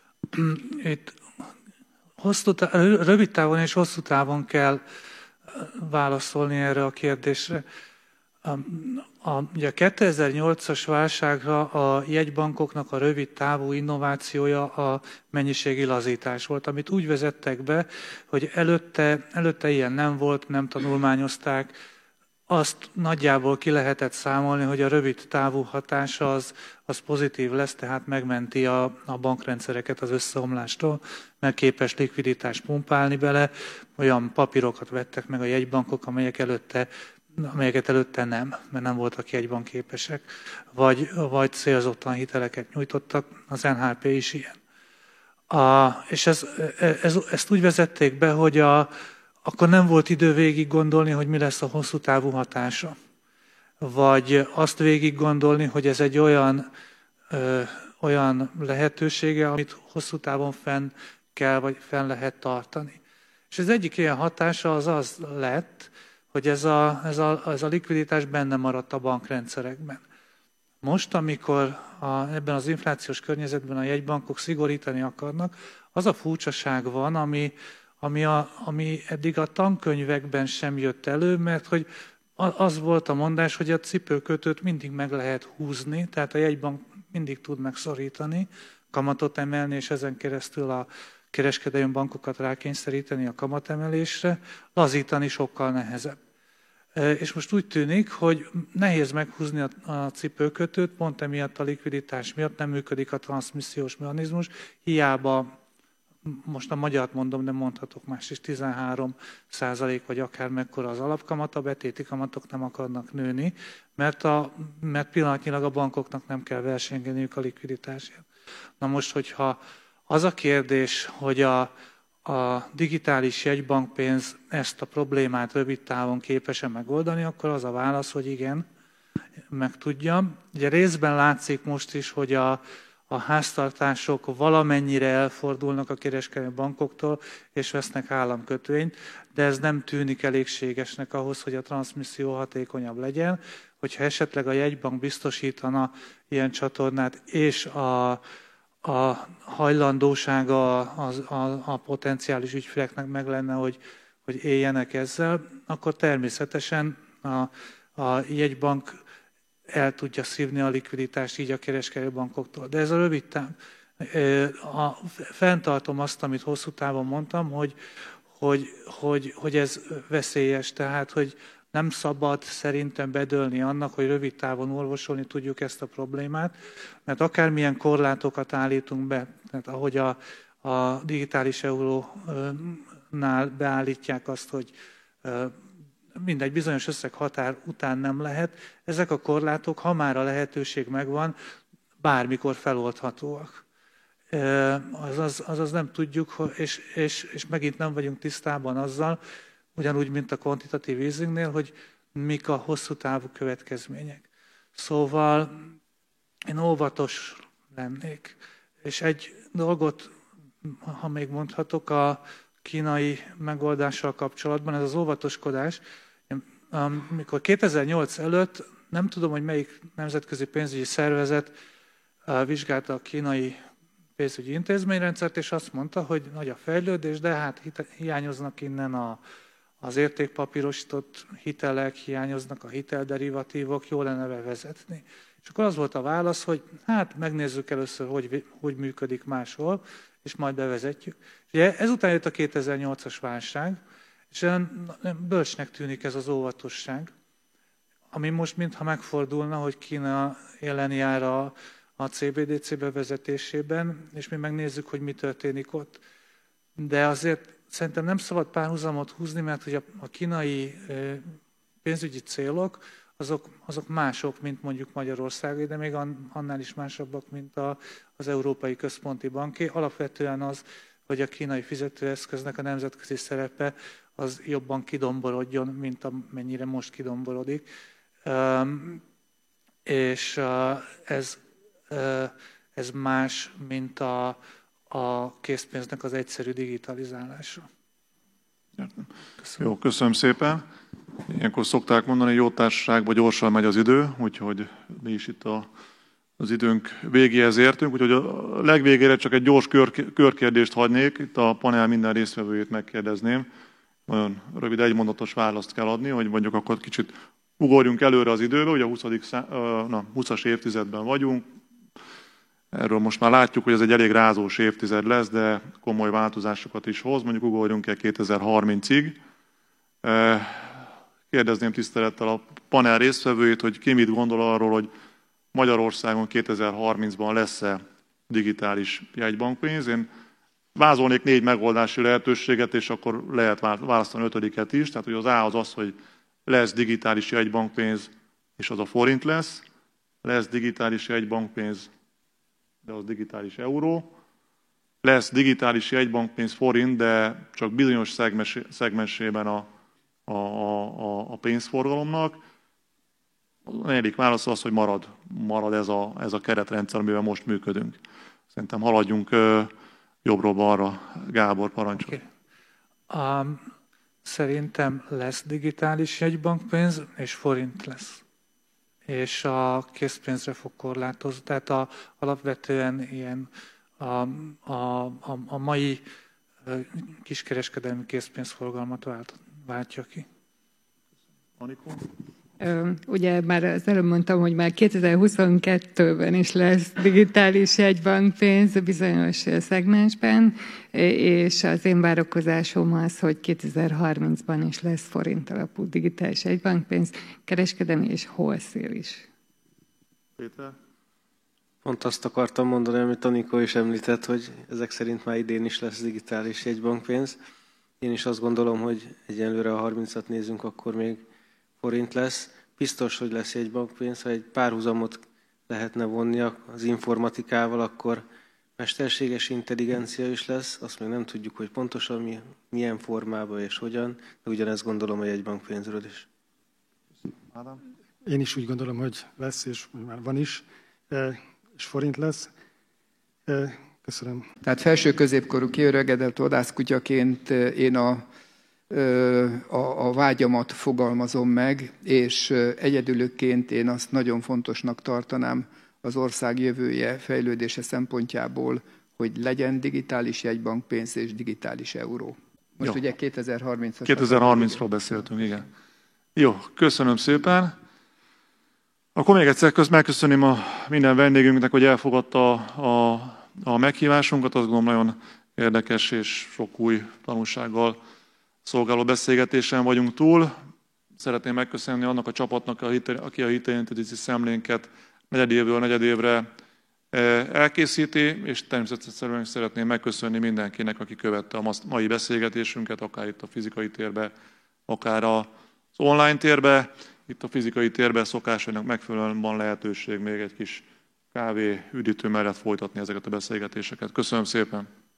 Itt hosszú tá- rövid távon és hosszú távon kell válaszolni erre a kérdésre. A, a, ugye a kétezer-nyolcas válságra a jegybankoknak a rövid távú innovációja a mennyiségi lazítás volt, amit úgy vezettek be, hogy előtte, előtte ilyen nem volt, nem tanulmányozták. Azt nagyjából ki lehetett számolni, hogy a rövid távú hatása az, az pozitív lesz, tehát megmenti a, a bankrendszereket az összeomlástól, mert képes likviditást pumpálni bele, olyan papírokat vettek meg a jegybankok, amelyek előtte, amelyeket előtte nem, mert nem voltak jegybankképesek, vagy, vagy célzottan hiteleket nyújtottak, az en há pé is ilyen. A, és ez, ez, ezt úgy vezették be, hogy a akkor nem volt idő végig gondolni, hogy mi lesz a hosszú távú hatása. Vagy azt végig gondolni, hogy ez egy olyan, ö, olyan lehetősége, amit hosszú távon fenn kell, vagy fenn lehet tartani. És az egyik ilyen hatása az az lett, hogy ez a, ez a, ez a likviditás benne maradt a bankrendszerekben. Most, amikor a, ebben az inflációs környezetben a jegybankok szigorítani akarnak, az a furcsaság van, ami Ami, a, ami eddig a tankönyvekben sem jött elő, mert hogy az volt a mondás, hogy a cipőkötőt mindig meg lehet húzni, tehát a jegybank mindig tud megszorítani, kamatot emelni, és ezen keresztül a kereskedelmi bankokat rákényszeríteni a kamatemelésre, lazítani sokkal nehezebb. És most úgy tűnik, hogy nehéz meghúzni a, a cipőkötőt, pont emiatt a likviditás miatt nem működik a transzmissziós mechanizmus, hiába most a magyart mondom, de mondhatok más is, tizenhárom százalék vagy akár mekkora az alapkamat, a betéti kamatok nem akarnak nőni, mert, a, mert pillanatnyilag a bankoknak nem kell versengeniük a likviditásért. Na most, hogyha az a kérdés, hogy a, a digitális jegybankpénz ezt a problémát rövid távon képes-e megoldani, akkor az a válasz, hogy igen, meg tudja. Ugye részben látszik most is, hogy a a háztartások valamennyire elfordulnak a kereskedelmi bankoktól, és vesznek államkötvényt, de ez nem tűnik elégségesnek ahhoz, hogy a transzmisszió hatékonyabb legyen. Hogyha esetleg a jegybank biztosítana ilyen csatornát, és a, a hajlandósága a, a, a potenciális ügyfeleknek meg lenne, hogy, hogy éljenek ezzel, akkor természetesen a, a jegybank el tudja szívni a likviditást így a kereskedő bankoktól. De ez a rövid táv. A, fenntartom azt, amit hosszú távon mondtam, hogy, hogy, hogy, hogy ez veszélyes, tehát hogy nem szabad szerintem bedőlni annak, hogy rövid távon orvosolni tudjuk ezt a problémát, mert akármilyen korlátokat állítunk be, tehát ahogy a, a digitális eurónál beállítják azt, hogy mindegy bizonyos összeg határ után nem lehet, ezek a korlátok, ha már a lehetőség megvan, bármikor feloldhatóak. Azaz, azaz nem tudjuk, és, és, és megint nem vagyunk tisztában azzal, ugyanúgy, mint a kvantitatív easingnél, hogy mik a hosszú távú következmények. Szóval én óvatos lennék. És egy dolgot, ha még mondhatok, a kínai megoldással kapcsolatban, ez az óvatoskodás. Amikor kétezer-nyolc előtt, nem tudom, hogy melyik nemzetközi pénzügyi szervezet vizsgálta a kínai pénzügyi intézményrendszert, és azt mondta, hogy nagy a fejlődés, de hát hiányoznak innen a, az értékpapírosított hitelek, hiányoznak a hitelderivatívok, jó lenne bevezetni. És akkor az volt a válasz, hogy hát megnézzük először, hogy, hogy működik máshol, és majd bevezetjük. Ugye ezután jött a kétezer-nyolcas válság, és bölcsnek tűnik ez az óvatosság, ami most mintha megfordulna, hogy Kína élen jár a, a cé bé dé cé bevezetésében, és mi megnézzük, hogy mi történik ott. De azért szerintem nem szabad párhuzamot húzni, mert hogy a, a kínai pénzügyi célok, azok, azok mások, mint mondjuk Magyarország, de még annál is másabbak, mint a, az Európai Központi Banké. Alapvetően az, hogy a kínai fizetőeszköznek a nemzetközi szerepe az jobban kidomborodjon, mint amennyire most kidomborodik. És ez, ez más, mint a, a készpénznek az egyszerű digitalizálása. Köszönöm. Jó, köszönöm szépen. Ilyenkor szokták mondani, jó társaságban gyorsan megy az idő, úgyhogy mi is itt a, az időnk végéhez értünk. Úgyhogy a legvégére csak egy gyors kör, körkérdést hagynék. Itt a panel minden résztvevőjét megkérdezném. Nagyon rövid egymondatos választ kell adni, hogy mondjuk akkor kicsit ugorjunk előre az időbe. Ugye a huszadik szá- na, huszas évtizedben vagyunk. Erről most már látjuk, hogy ez egy elég rázós évtized lesz, de komoly változásokat is hoz. Mondjuk ugorjunk el kétezer-harmincig. Kérdezném tisztelettel a panel résztvevőit, hogy ki mit gondol arról, hogy Magyarországon kétezer-harmincban lesz-e digitális jegybankpénz. Én vázolnék négy megoldási lehetőséget, és akkor lehet választani ötödiket is. Tehát hogy az A az az, hogy lesz digitális jegybankpénz, és az a forint lesz. Lesz digitális jegybankpénz, de az digitális euró. Lesz digitális jegybankpénz forint, de csak bizonyos szegmensében a, a, a, a pénzforgalomnak. A negyedik válasz az, hogy marad, marad ez, a, ez a keretrendszer, amivel most működünk. Szerintem haladjunk ö, jobbról balra. Gábor, parancsolj. Okay. Um, szerintem lesz digitális jegybankpénz, és forint lesz. És a készpénzre fog korlátozni. Tehát a, alapvetően ilyen a, a, a, a mai kiskereskedelmi készpénzforgalmat vált, váltja ki. Anikó? Ugye már az előbb mondtam, hogy már kétezer-huszonkettőben is lesz digitális jegybankpénz bizonyos szegmensben, és az én várakozásom az, hogy kétezer-harmincban is lesz forint alapú digitális jegybankpénz, kereskedelmi és wholesale is. Péter? Pont azt akartam mondani, amit Anikó is említett, hogy ezek szerint már idén is lesz digitális jegybankpénz. Én is azt gondolom, hogy egyenlőre a harmincat nézünk, akkor még forint lesz. Biztos, hogy lesz jegybankpénz. Ha egy párhuzamot lehetne vonni az informatikával, akkor mesterséges intelligencia is lesz. Azt még nem tudjuk, hogy pontosan mi, milyen formában és hogyan, de ugyanezt gondolom a jegybankpénzről is. Ádám? Én is úgy gondolom, hogy lesz, és már van is, és forint lesz. Köszönöm. Tehát felső középkorú kiöregedett vadászkutyaként én a, a, a vágyamat fogalmazom meg, és egyedülökként én azt nagyon fontosnak tartanám az ország jövője, fejlődése szempontjából, hogy legyen digitális jegybankpénz és digitális euró. Most Jó. ugye kétezer-harmincas kétezer-harmincról beszéltünk, igen. Jó, köszönöm szépen. Akkor még egyszer megköszönöm a minden vendégünknek, hogy elfogadta a, a meghívásunkat. Azt gondolom, nagyon érdekes és sok új tanulsággal szolgáló beszélgetésen vagyunk túl. Szeretném megköszönni annak a csapatnak, aki a hitelintézési szemlénket negyedévről negyedévre elkészíti, és természetesen szeretném megköszönni mindenkinek, aki követte a mai beszélgetésünket, akár itt a fizikai térbe, akár az online térbe. Itt a fizikai térben szokásainak megfelelően van lehetőség még egy kis kávé üdítő mellett folytatni ezeket a beszélgetéseket. Köszönöm szépen!